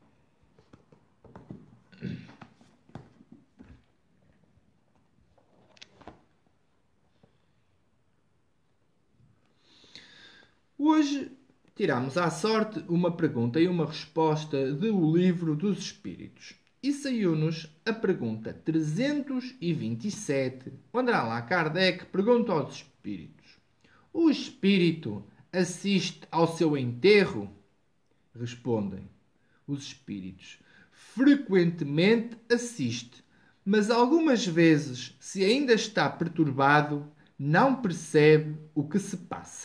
Hoje tiramos à sorte uma pergunta e uma resposta do Livro dos Espíritos. E saiu-nos a pergunta trezentos e vinte e sete, onde lá Kardec pergunta aos espíritos: o espírito assiste ao seu enterro? Respondem os espíritos: frequentemente assiste, mas algumas vezes, se ainda está perturbado, não percebe o que se passa.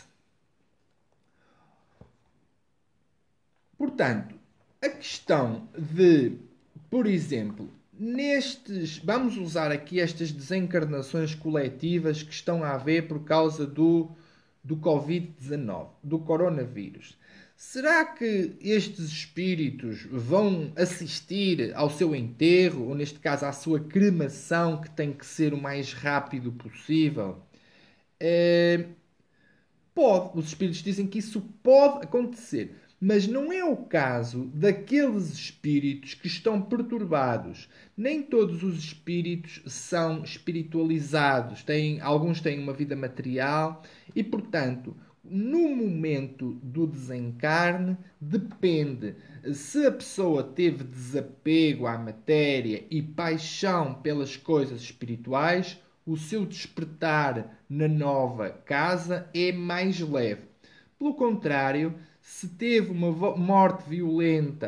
Portanto, a questão de, por exemplo, nestes, vamos usar aqui estas desencarnações coletivas que estão a haver por causa do, do covid dezanove, do coronavírus. Será que estes espíritos vão assistir ao seu enterro, ou neste caso à sua cremação, que tem que ser o mais rápido possível? É, pode, os espíritos dizem que isso pode acontecer. Mas não é o caso daqueles espíritos que estão perturbados. Nem todos os espíritos são espiritualizados. Têm, alguns têm uma vida material e, portanto, no momento do desencarne, depende se a pessoa teve desapego à matéria e paixão pelas coisas espirituais, o seu despertar na nova casa é mais leve. Pelo contrário, se teve uma morte violenta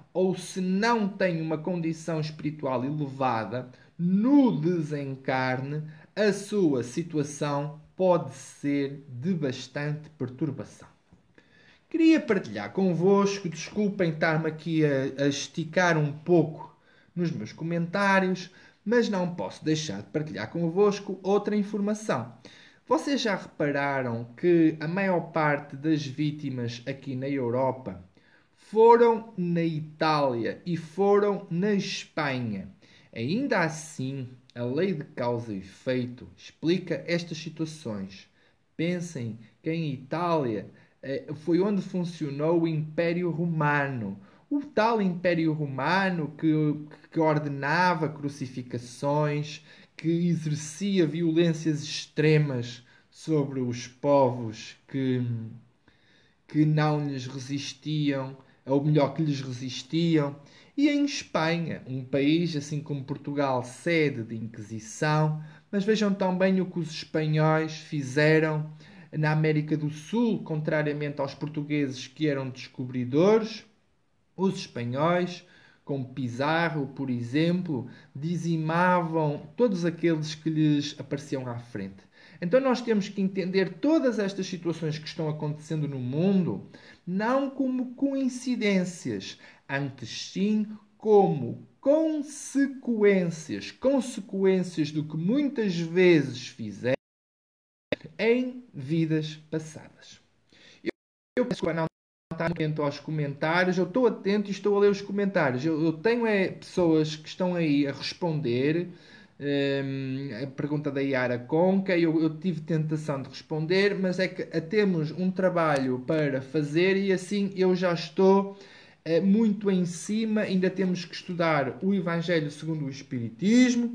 ou se não tem uma condição espiritual elevada, no desencarne, a sua situação pode ser de bastante perturbação. Queria partilhar convosco, desculpem estar-me aqui a, a esticar um pouco nos meus comentários, mas não posso deixar de partilhar convosco outra informação. Vocês já repararam que a maior parte das vítimas aqui na Europa foram na Itália e foram na Espanha? Ainda assim, a lei de causa e efeito explica estas situações. Pensem que em Itália foi onde funcionou o Império Romano. O tal Império Romano que, que ordenava crucificações, que exercia violências extremas sobre os povos que, que não lhes resistiam, ou melhor, que lhes resistiam. E em Espanha, um país, assim como Portugal, sede de Inquisição, mas vejam também o que os espanhóis fizeram na América do Sul, contrariamente aos portugueses que eram descobridores. Os espanhóis, como Pizarro, por exemplo, dizimavam todos aqueles que lhes apareciam à frente. Então nós temos que entender todas estas situações que estão acontecendo no mundo não como coincidências, antes sim como consequências, consequências do que muitas vezes fizeram em vidas passadas. Eu, eu peço que não está atento aos comentários, eu estou atento e estou a ler os comentários. Eu, eu tenho é, pessoas que estão aí a responder um, a pergunta da Yara Conca. Eu, eu tive tentação de responder, mas é que temos um trabalho para fazer e assim eu já estou uh, muito em cima. Ainda temos que estudar o Evangelho segundo o Espiritismo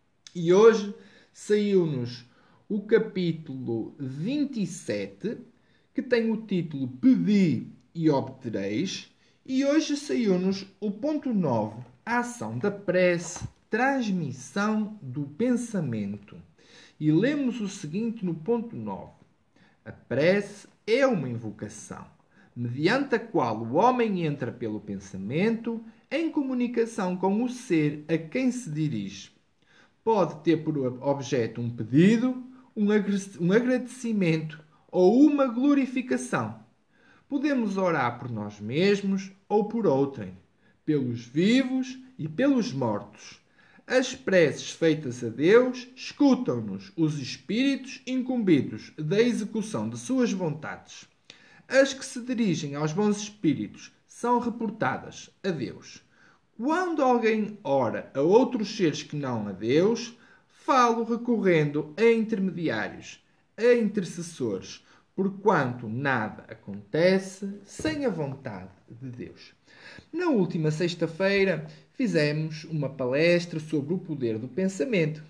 e hoje saiu-nos o capítulo vinte e sete, que tem o título Pedi e Obtereis, e hoje saiu-nos o ponto nove, a ação da prece, transmissão do pensamento. E lemos o seguinte no ponto nove. A prece é uma invocação, mediante a qual o homem entra pelo pensamento em comunicação com o ser a quem se dirige. Pode ter por objeto um pedido, um agradecimento ou uma glorificação. Podemos orar por nós mesmos ou por outrem, pelos vivos e pelos mortos. As preces feitas a Deus escutam-nos os espíritos incumbidos da execução de suas vontades. As que se dirigem aos bons espíritos são reportadas a Deus. Quando alguém ora a outros seres que não a Deus, falo recorrendo a intermediários, a intercessores, porquanto nada acontece sem a vontade de Deus. Na última sexta-feira fizemos uma palestra sobre o poder do pensamento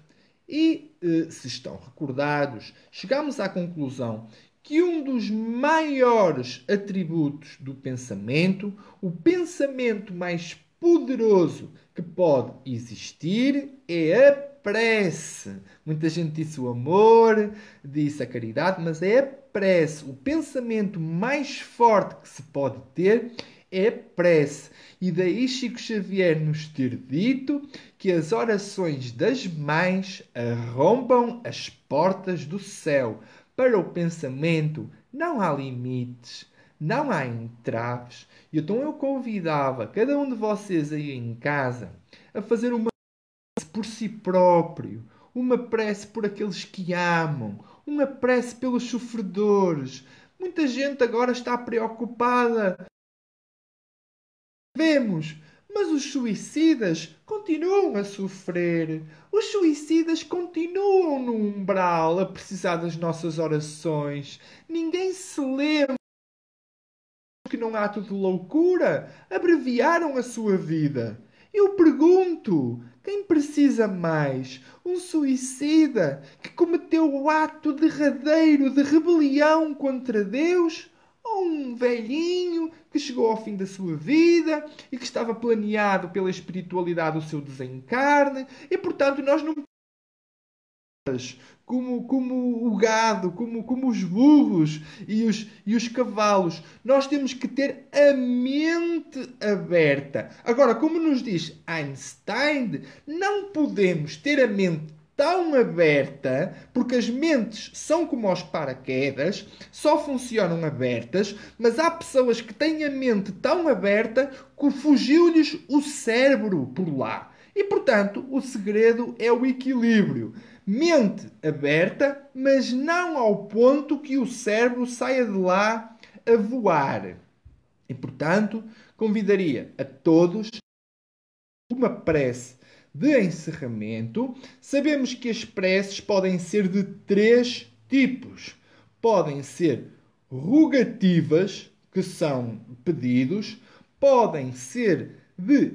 e, se estão recordados, chegámos à conclusão que um dos maiores atributos do pensamento, o pensamento mais poderoso que pode existir, é a prece. Muita gente disse o amor, disse a caridade, mas é a prece. O pensamento mais forte que se pode ter é a prece. E daí Chico Xavier nos ter dito que as orações das mães arrombam as portas do céu. Para o pensamento não há limites, não há entraves. E então eu convidava cada um de vocês aí em casa a fazer uma prece por si próprio, uma prece por aqueles que amam, uma prece pelos sofredores. Muita gente agora está preocupada. Vemos, mas os suicidas continuam a sofrer. Os suicidas continuam no umbral a precisar das nossas orações. Ninguém se lembra que num ato de loucura abreviaram a sua vida. Eu pergunto, quem precisa mais? Um suicida que cometeu o ato derradeiro de rebelião contra Deus? Ou um velhinho que chegou ao fim da sua vida e que estava planeado pela espiritualidade o seu desencarne e, portanto, nós não como, como o gado, como, como os burros e os, e os cavalos. Nós temos que ter a mente aberta. Agora, como nos diz Einstein, não podemos ter a mente tão aberta, porque as mentes são como os paraquedas, só funcionam abertas, mas há pessoas que têm a mente tão aberta que fugiu-lhes o cérebro por lá. E, portanto, o segredo é o equilíbrio. Mente aberta, mas não ao ponto que o cérebro saia de lá a voar. E, portanto, convidaria a todos uma prece de encerramento. Sabemos que as preces podem ser de três tipos. Podem ser rogativas, que são pedidos, podem ser de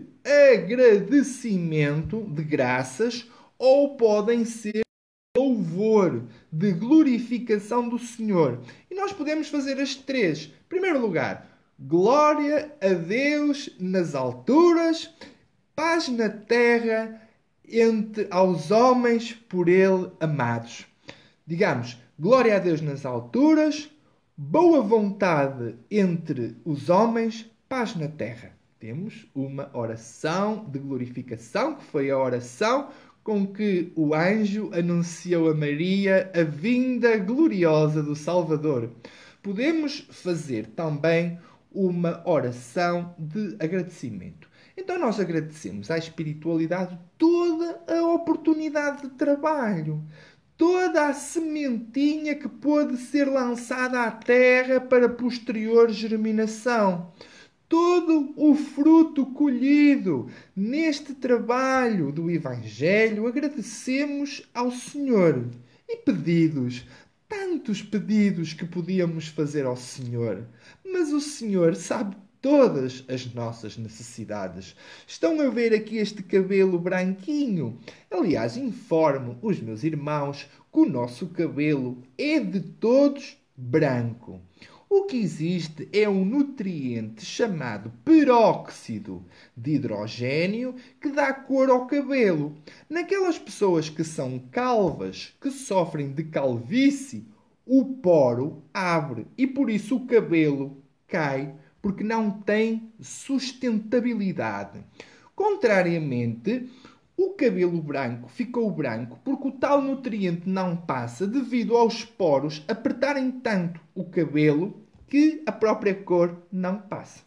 agradecimento, de graças, ou podem ser louvor, de glorificação do Senhor. E nós podemos fazer as três. Em primeiro lugar, glória a Deus nas alturas, paz na terra entre aos homens por ele amados. Digamos, glória a Deus nas alturas, boa vontade entre os homens, paz na terra. Temos uma oração de glorificação, que foi a oração com que o anjo anunciou a Maria a vinda gloriosa do Salvador. Podemos fazer também uma oração de agradecimento. Então nós agradecemos à espiritualidade toda a oportunidade de trabalho, toda a sementinha que pôde ser lançada à terra para posterior germinação, todo o fruto colhido neste trabalho do Evangelho. Agradecemos ao Senhor. E pedidos, tantos pedidos que podíamos fazer ao Senhor, mas o Senhor sabe todas as nossas necessidades. Estão a ver aqui este cabelo branquinho? Aliás, informo os meus irmãos que o nosso cabelo é de todos branco. O que existe é um nutriente chamado peróxido de hidrogênio que dá cor ao cabelo. Naquelas pessoas que são calvas, que sofrem de calvície, o poro abre e por isso o cabelo cai, porque não tem sustentabilidade. Contrariamente, o cabelo branco ficou branco porque o tal nutriente não passa devido aos poros apertarem tanto o cabelo que a própria cor não passa.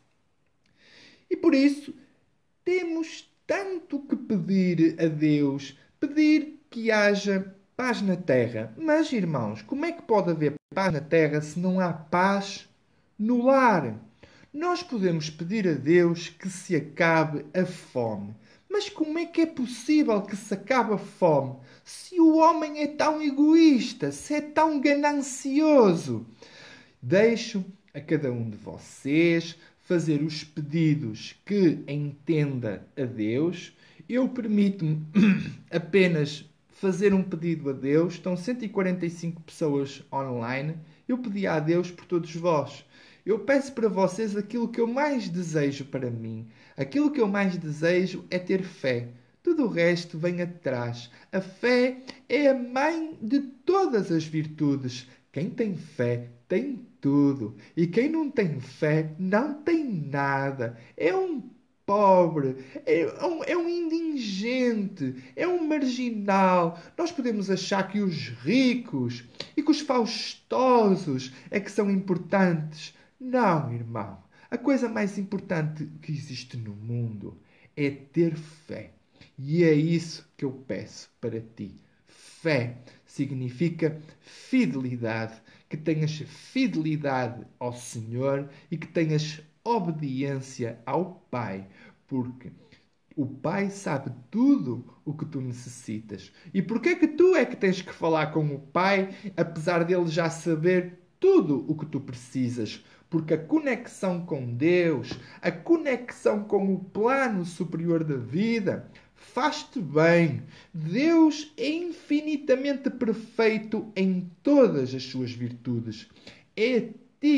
E por isso temos tanto que pedir a Deus, pedir que haja paz na terra. Mas, irmãos, como é que pode haver paz na terra se não há paz no lar? Nós podemos pedir a Deus que se acabe a fome. Mas como é que é possível que se acabe a fome se o homem é tão egoísta, se é tão ganancioso? Deixo a cada um de vocês fazer os pedidos que entenda a Deus. Eu permito-me apenas fazer um pedido a Deus. Estão cento e quarenta e cinco pessoas online. Eu pedi a Deus por todos vós. Eu peço para vocês aquilo que eu mais desejo para mim. Aquilo que eu mais desejo é ter fé. Tudo o resto vem atrás. A fé é a mãe de todas as virtudes. Quem tem fé tem tudo. E quem não tem fé não tem nada. É um pobre, é um, é um indigente, é um marginal. Nós podemos achar que os ricos e que os faustosos é que são importantes. Não, irmão. A coisa mais importante que existe no mundo é ter fé. E é isso que eu peço para ti. Fé significa fidelidade. Que tenhas fidelidade ao Senhor e que tenhas obediência ao Pai. Porque o Pai sabe tudo o que tu necessitas. E porquê que tu é que tens que falar com o Pai, apesar dele já saber tudo o que tu precisas? Porque a conexão com Deus, a conexão com o plano superior da vida, faz-te bem. Deus é infinitamente perfeito em todas as suas virtudes. É a ti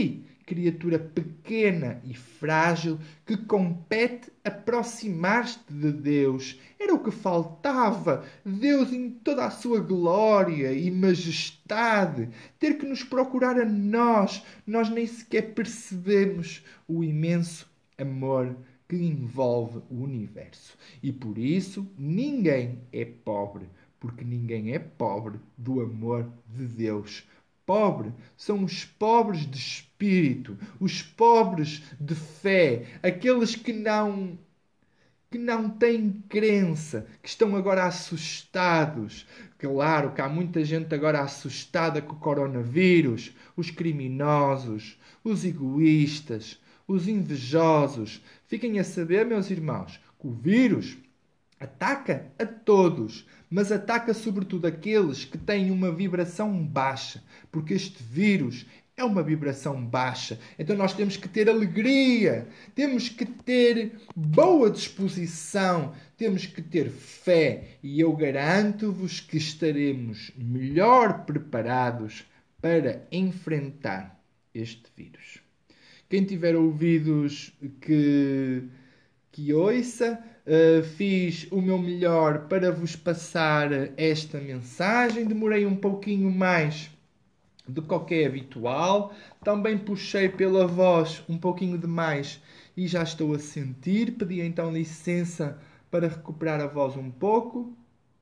criatura pequena e frágil que compete aproximar-te de Deus. Era o que faltava. Deus em toda a sua glória e majestade. Ter que nos procurar a nós. Nós nem sequer percebemos o imenso amor que envolve o universo. E por isso ninguém é pobre, porque ninguém é pobre do amor de Deus. Pobre são os pobres de espírito, os pobres de fé, aqueles que não que não têm crença, que estão agora assustados. Claro que há muita gente agora assustada com o coronavírus, os criminosos, os egoístas, os invejosos. Fiquem a saber, meus irmãos, que o vírus ataca a todos, mas ataca sobretudo aqueles que têm uma vibração baixa, porque este vírus é uma vibração baixa. Então nós temos que ter alegria, temos que ter boa disposição, temos que ter fé e eu garanto-vos que estaremos melhor preparados para enfrentar este vírus. Quem tiver ouvidos que, que ouça, uh, fiz o meu melhor para vos passar esta mensagem. Demorei um pouquinho mais do que é habitual. Também puxei pela voz um pouquinho demais e já estou a sentir. Pedi então licença para recuperar a voz um pouco.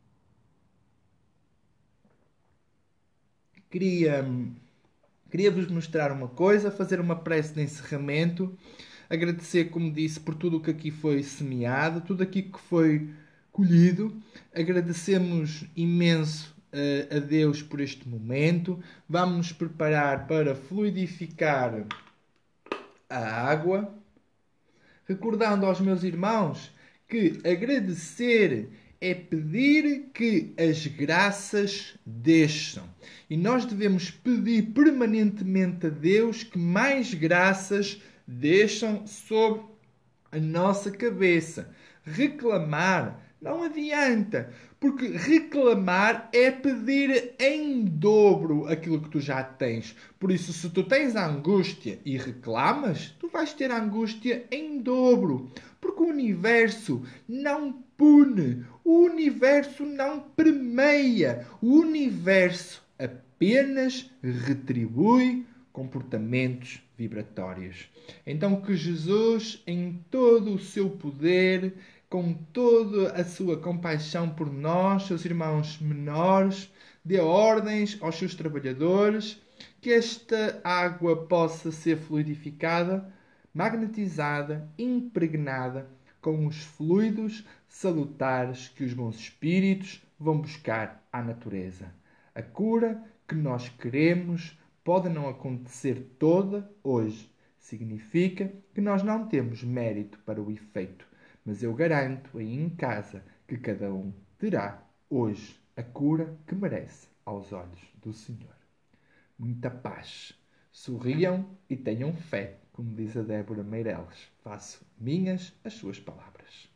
Queria, queria vos mostrar uma coisa, fazer uma prece de encerramento. Agradecer, como disse, por tudo o que aqui foi semeado, tudo aquilo que foi colhido. Agradecemos imenso uh, a Deus por este momento. Vamos nos preparar para fluidificar a água. Recordando aos meus irmãos que agradecer é pedir que as graças desçam. E nós devemos pedir permanentemente a Deus que mais graças deixam sobre a nossa cabeça. Reclamar não adianta, porque reclamar é pedir em dobro aquilo que tu já tens. Por isso, se tu tens a angústia e reclamas, tu vais ter a angústia em dobro. Porque o universo não pune, o universo não premia, o universo apenas retribui comportamentos vibratórios. Então que Jesus, em todo o seu poder, com toda a sua compaixão por nós, seus irmãos menores, dê ordens aos seus trabalhadores, que esta água possa ser fluidificada, magnetizada, impregnada com os fluidos salutares que os bons espíritos vão buscar à natureza. A cura que nós queremos pode não acontecer toda hoje. Significa que nós não temos mérito para o efeito. Mas eu garanto aí em casa que cada um terá hoje a cura que merece aos olhos do Senhor. Muita paz. Sorriam e tenham fé, como diz a Débora Meireles. Faço minhas as suas palavras.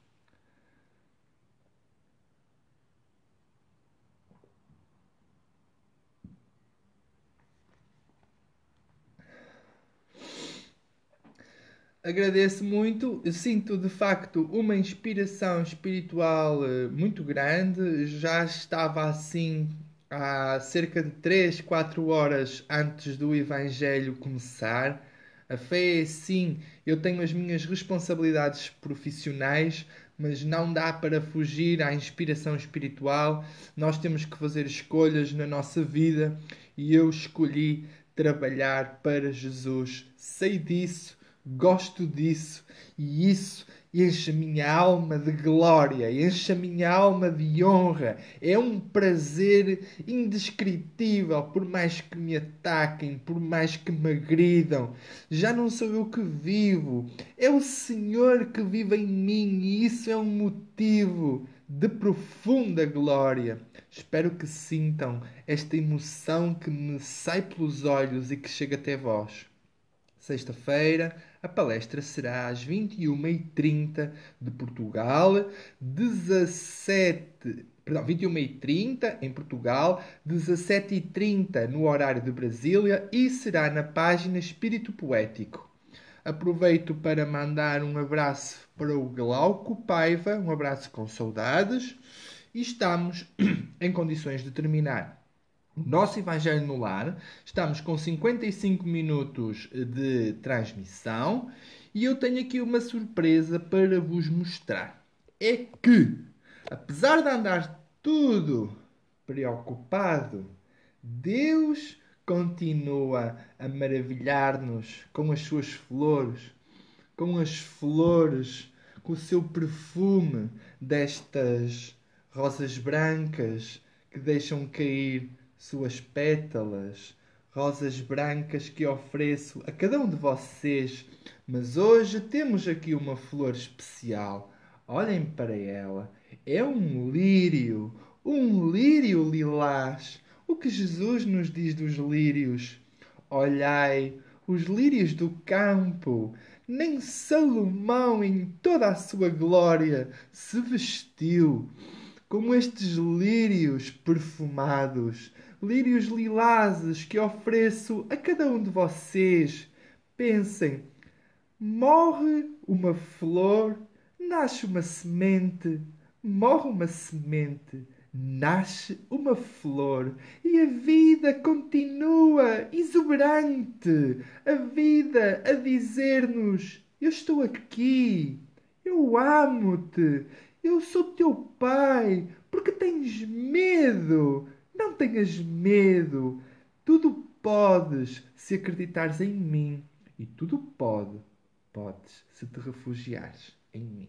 Agradeço muito, eu sinto de facto uma inspiração espiritual muito grande. Já estava assim há cerca de três, quatro horas antes do Evangelho começar. A fé é sim, eu tenho as minhas responsabilidades profissionais, mas não dá para fugir à inspiração espiritual. Nós temos que fazer escolhas na nossa vida e eu escolhi trabalhar para Jesus. Sei disso. Gosto disso e isso enche a minha alma de glória, enche a minha alma de honra. É um prazer indescritível, por mais que me ataquem, por mais que me agridam. Já não sou eu que vivo, é o Senhor que vive em mim e isso é um motivo de profunda glória. Espero que sintam esta emoção que me sai pelos olhos e que chega até vós. Sexta-feira, a palestra será às vinte e uma e trinta de Portugal, dezassete Perdão, vinte e uma e trinta em Portugal, dezassete e trinta no horário de Brasília e será na página Espírito Poético. Aproveito para mandar um abraço para o Glauco Paiva, um abraço com saudades, e estamos em condições de terminar o nosso Evangelho no Lar. Estamos com cinquenta e cinco minutos de transmissão e eu tenho aqui uma surpresa para vos mostrar. É que, apesar de andar tudo preocupado, Deus continua a maravilhar-nos com as suas flores, com as flores, com o seu perfume destas rosas brancas que deixam cair suas pétalas, rosas brancas que ofereço a cada um de vocês. Mas hoje temos aqui uma flor especial. Olhem para ela. É um lírio, um lírio lilás. O que Jesus nos diz dos lírios? Olhai, os lírios do campo. Nem Salomão, em toda a sua glória, se vestiu como estes lírios perfumados, lírios lilazes que ofereço a cada um de vocês. Pensem, morre uma flor, nasce uma semente, morre uma semente, nasce uma flor e a vida continua exuberante. A vida a dizer-nos: eu estou aqui, eu amo-te, eu sou teu pai. Porque tens medo? Não tenhas medo. Tudo podes se acreditares em mim e tudo pode, podes se te refugiares em mim.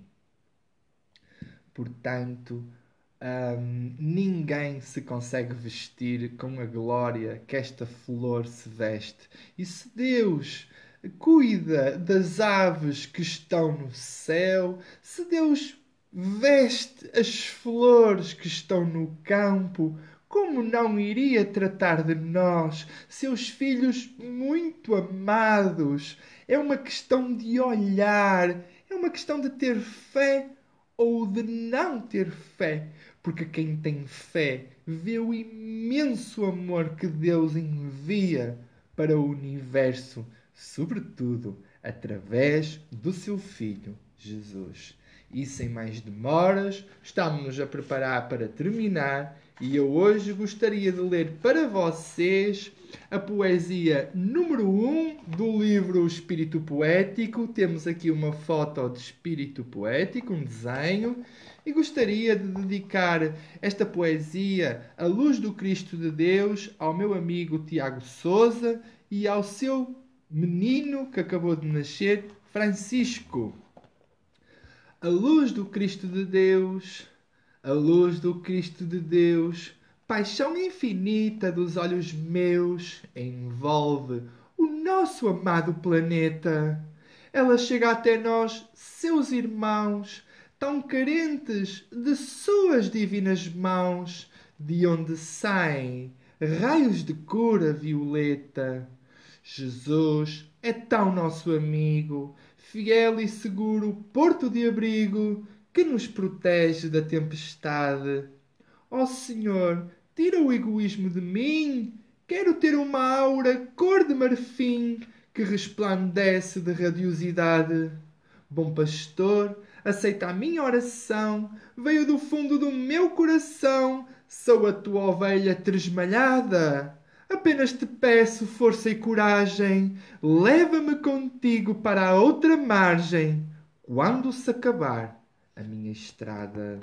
Portanto, hum, ninguém se consegue vestir com a glória que esta flor se veste. E se Deus cuida das aves que estão no céu, se Deus veste as flores que estão no campo, como não iria tratar de nós, seus filhos muito amados? É uma questão de olhar, é uma questão de ter fé ou de não ter fé, porque quem tem fé vê o imenso amor que Deus envia para o universo, sobretudo através do seu Filho Jesus. E sem mais demoras, estamos-nos a preparar para terminar e eu hoje gostaria de ler para vocês a poesia número um do livro Espírito Poético. Temos aqui uma foto de Espírito Poético, um desenho, e gostaria de dedicar esta poesia à luz do Cristo de Deus ao meu amigo Tiago Souza e ao seu menino que acabou de nascer, Francisco. A luz do Cristo de Deus, a luz do Cristo de Deus, paixão infinita dos olhos meus, envolve o nosso amado planeta. Ela chega até nós, seus irmãos, tão carentes de suas divinas mãos, de onde saem raios de cor violeta. Jesus é tão nosso amigo, fiel e seguro porto de abrigo, que nos protege da tempestade. Ó Senhor, tira o egoísmo de mim, quero ter uma aura cor de marfim, que resplandece de radiosidade. Bom pastor, aceita a minha oração, veio do fundo do meu coração, sou a tua ovelha tresmalhada. Apenas te peço força e coragem, leva-me contigo para a outra margem, quando se acabar a minha estrada.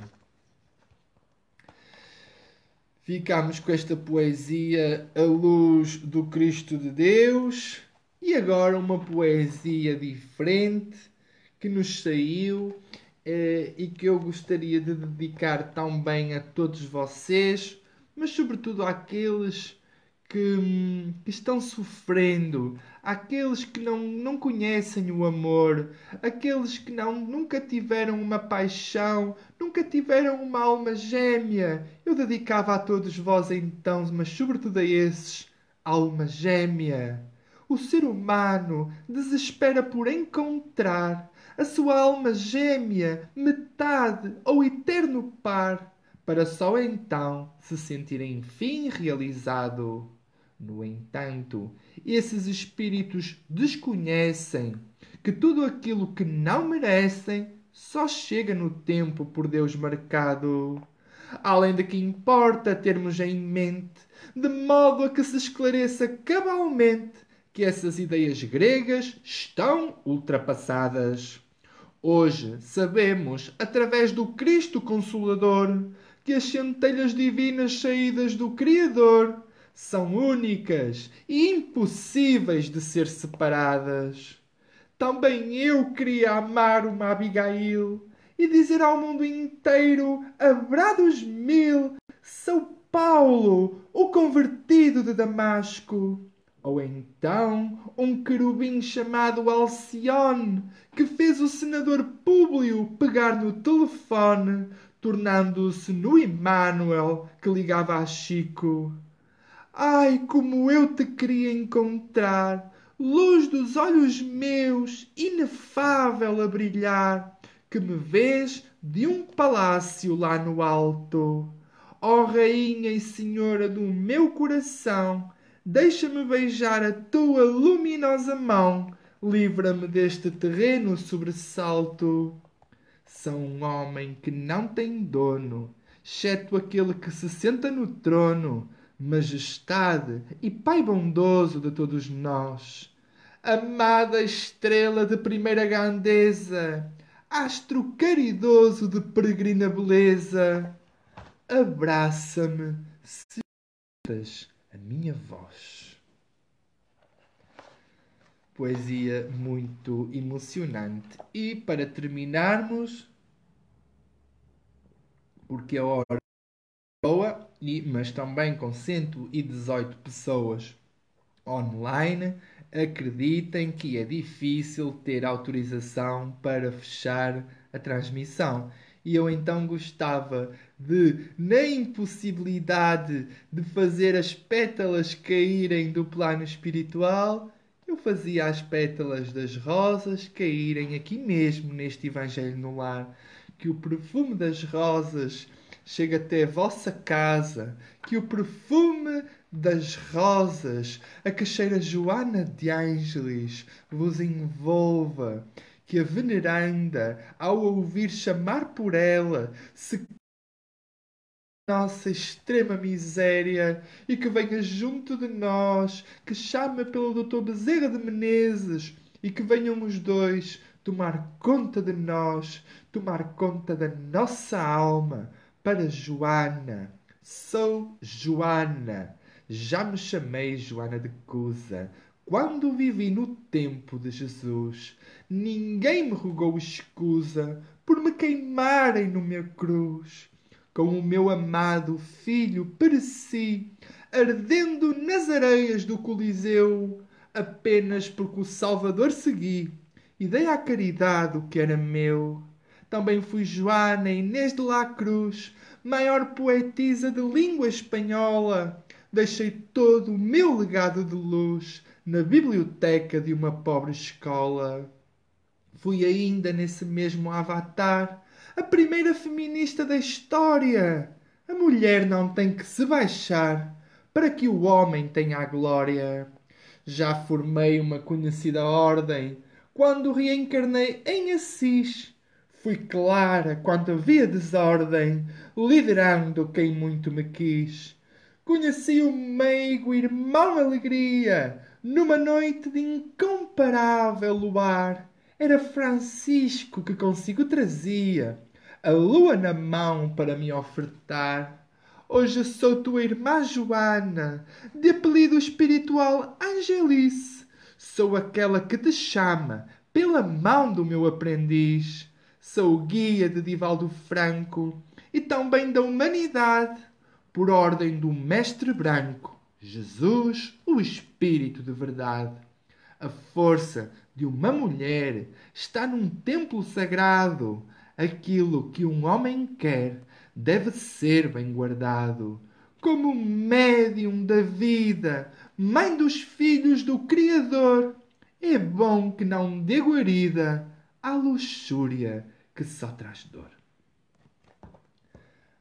Ficamos com esta poesia à luz do Cristo de Deus e agora uma poesia diferente que nos saiu eh, e que eu gostaria de dedicar também a todos vocês, mas sobretudo àqueles Que, que estão sofrendo, àqueles que não, não conhecem o amor, àqueles que não, nunca tiveram uma paixão, nunca tiveram uma alma gêmea. Eu dedicava a todos vós então, mas sobretudo a esses, alma gêmea. O ser humano desespera por encontrar a sua alma gêmea, metade ou eterno par, para só então se sentir enfim realizado. No entanto, esses espíritos desconhecem que tudo aquilo que não merecem só chega no tempo por Deus marcado. Além de que importa termos em mente, de modo a que se esclareça cabalmente que essas ideias gregas estão ultrapassadas. Hoje sabemos, através do Cristo Consolador, que as centelhas divinas saídas do Criador são únicas e impossíveis de ser separadas. Também eu queria amar uma Abigail e dizer ao mundo inteiro, a brados mil, São Paulo, o convertido de Damasco. Ou então um querubim chamado Alcione, que fez o senador Públio pegar no telefone, tornando-se no Emmanuel que ligava a Chico. Ai, como eu te queria encontrar, luz dos olhos meus, inefável a brilhar, que me vês de um palácio lá no alto. Ó Rainha e Senhora do meu coração, deixa-me beijar a tua luminosa mão, livra-me deste terreno sobressalto. São um homem que não tem dono, exceto aquele que se senta no trono, majestade e Pai bondoso de todos nós. Amada estrela de primeira grandeza, astro caridoso de peregrina beleza, abraça-me se escutas a minha voz. Poesia muito emocionante. E para terminarmos, porque a hora é boa, e, mas também com cento e dezoito pessoas online, acreditem que é difícil ter autorização para fechar a transmissão. E eu então gostava de, na impossibilidade de fazer as pétalas caírem do plano espiritual, eu fazia as pétalas das rosas caírem aqui mesmo neste Evangelho no Lar. Que o perfume das rosas chegue até a vossa casa, que o perfume das rosas, a caixeira Joana de Ângeles, vos envolva, que a veneranda, ao ouvir chamar por ela, se nossa extrema miséria e que venha junto de nós, que chame pelo doutor Bezerra de Menezes e que venham os dois tomar conta de nós, tomar conta da nossa alma. Para Joana, sou Joana, já me chamei Joana de Cusa. Quando vivi no tempo de Jesus, ninguém me rogou escusa por me queimarem numa cruz. Com o meu amado filho pereci, ardendo nas areias do Coliseu, apenas porque o Salvador segui e dei à caridade o que era meu. Também fui Joana Inês de la Cruz, maior poetisa de língua espanhola. Deixei todo o meu legado de luz na biblioteca de uma pobre escola. Fui ainda nesse mesmo avatar a primeira feminista da história. A mulher não tem que se baixar para que o homem tenha a glória. Já formei uma conhecida ordem quando reencarnei em Assis. Fui clara quando havia desordem, liderando quem muito me quis. Conheci o meigo irmão Alegria numa noite de incomparável luar. Era Francisco que consigo trazia, a lua na mão para me ofertar. Hoje sou tua irmã Joana, de apelido espiritual Angelice. Sou aquela que te chama pela mão do meu aprendiz. Sou o guia de Divaldo Franco e também da humanidade, por ordem do Mestre Branco, Jesus, o Espírito de verdade. A força de uma mulher está num templo sagrado. Aquilo que um homem quer deve ser bem guardado. Como médium da vida, mãe dos filhos do Criador, é bom que não dê guarida à luxúria que só traz dor.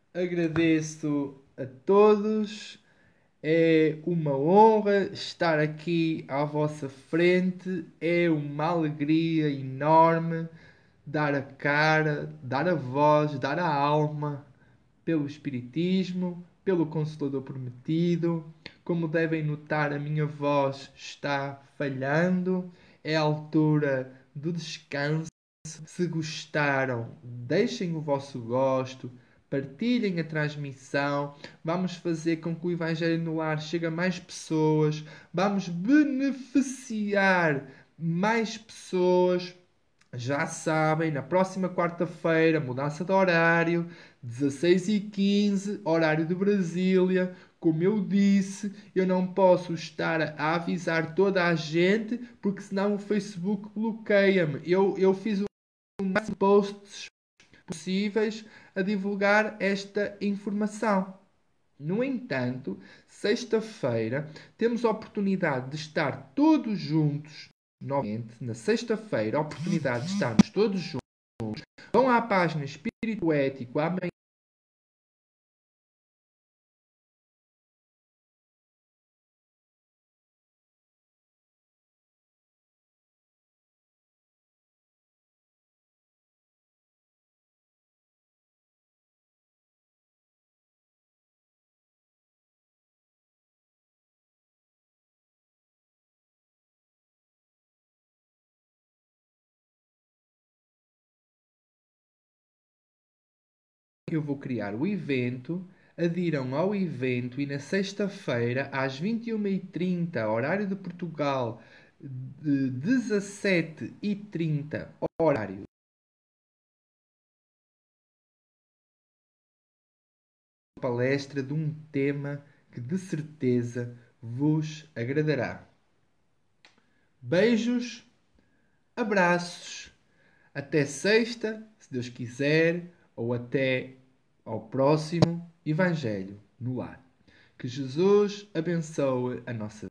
agradeço a todos. É uma honra estar aqui à vossa frente. É uma alegria enorme dar a cara, dar a voz, dar a alma pelo Espiritismo, pelo Consolador Prometido. Como devem notar, a minha voz está falhando. É a altura do descanso. Se gostaram, deixem o vosso gosto, partilhem a transmissão. Vamos fazer com que o Evangelho no Lar chegue a mais pessoas. Vamos beneficiar mais pessoas. Já sabem, na próxima quarta-feira, mudança de horário, dezasseis e quinze, horário de Brasília. Como eu disse, eu não posso estar a avisar toda a gente, porque senão o Facebook bloqueia-me. Eu, eu fiz o máximo de posts possíveis a divulgar esta informação. No entanto, sexta-feira temos a oportunidade de estar todos juntos. Novamente, na sexta-feira, a oportunidade de estarmos todos juntos. Vão à página Espírito Ético amanhã. Eu vou criar o evento. Adiram ao evento e na sexta-feira, às vinte e uma e trinta, horário de Portugal, de dezassete e trinta, horário palestra de um tema que de certeza vos agradará. Beijos, abraços, até sexta, se Deus quiser, ou até ao próximo Evangelho no Lar. Que Jesus abençoe a nossa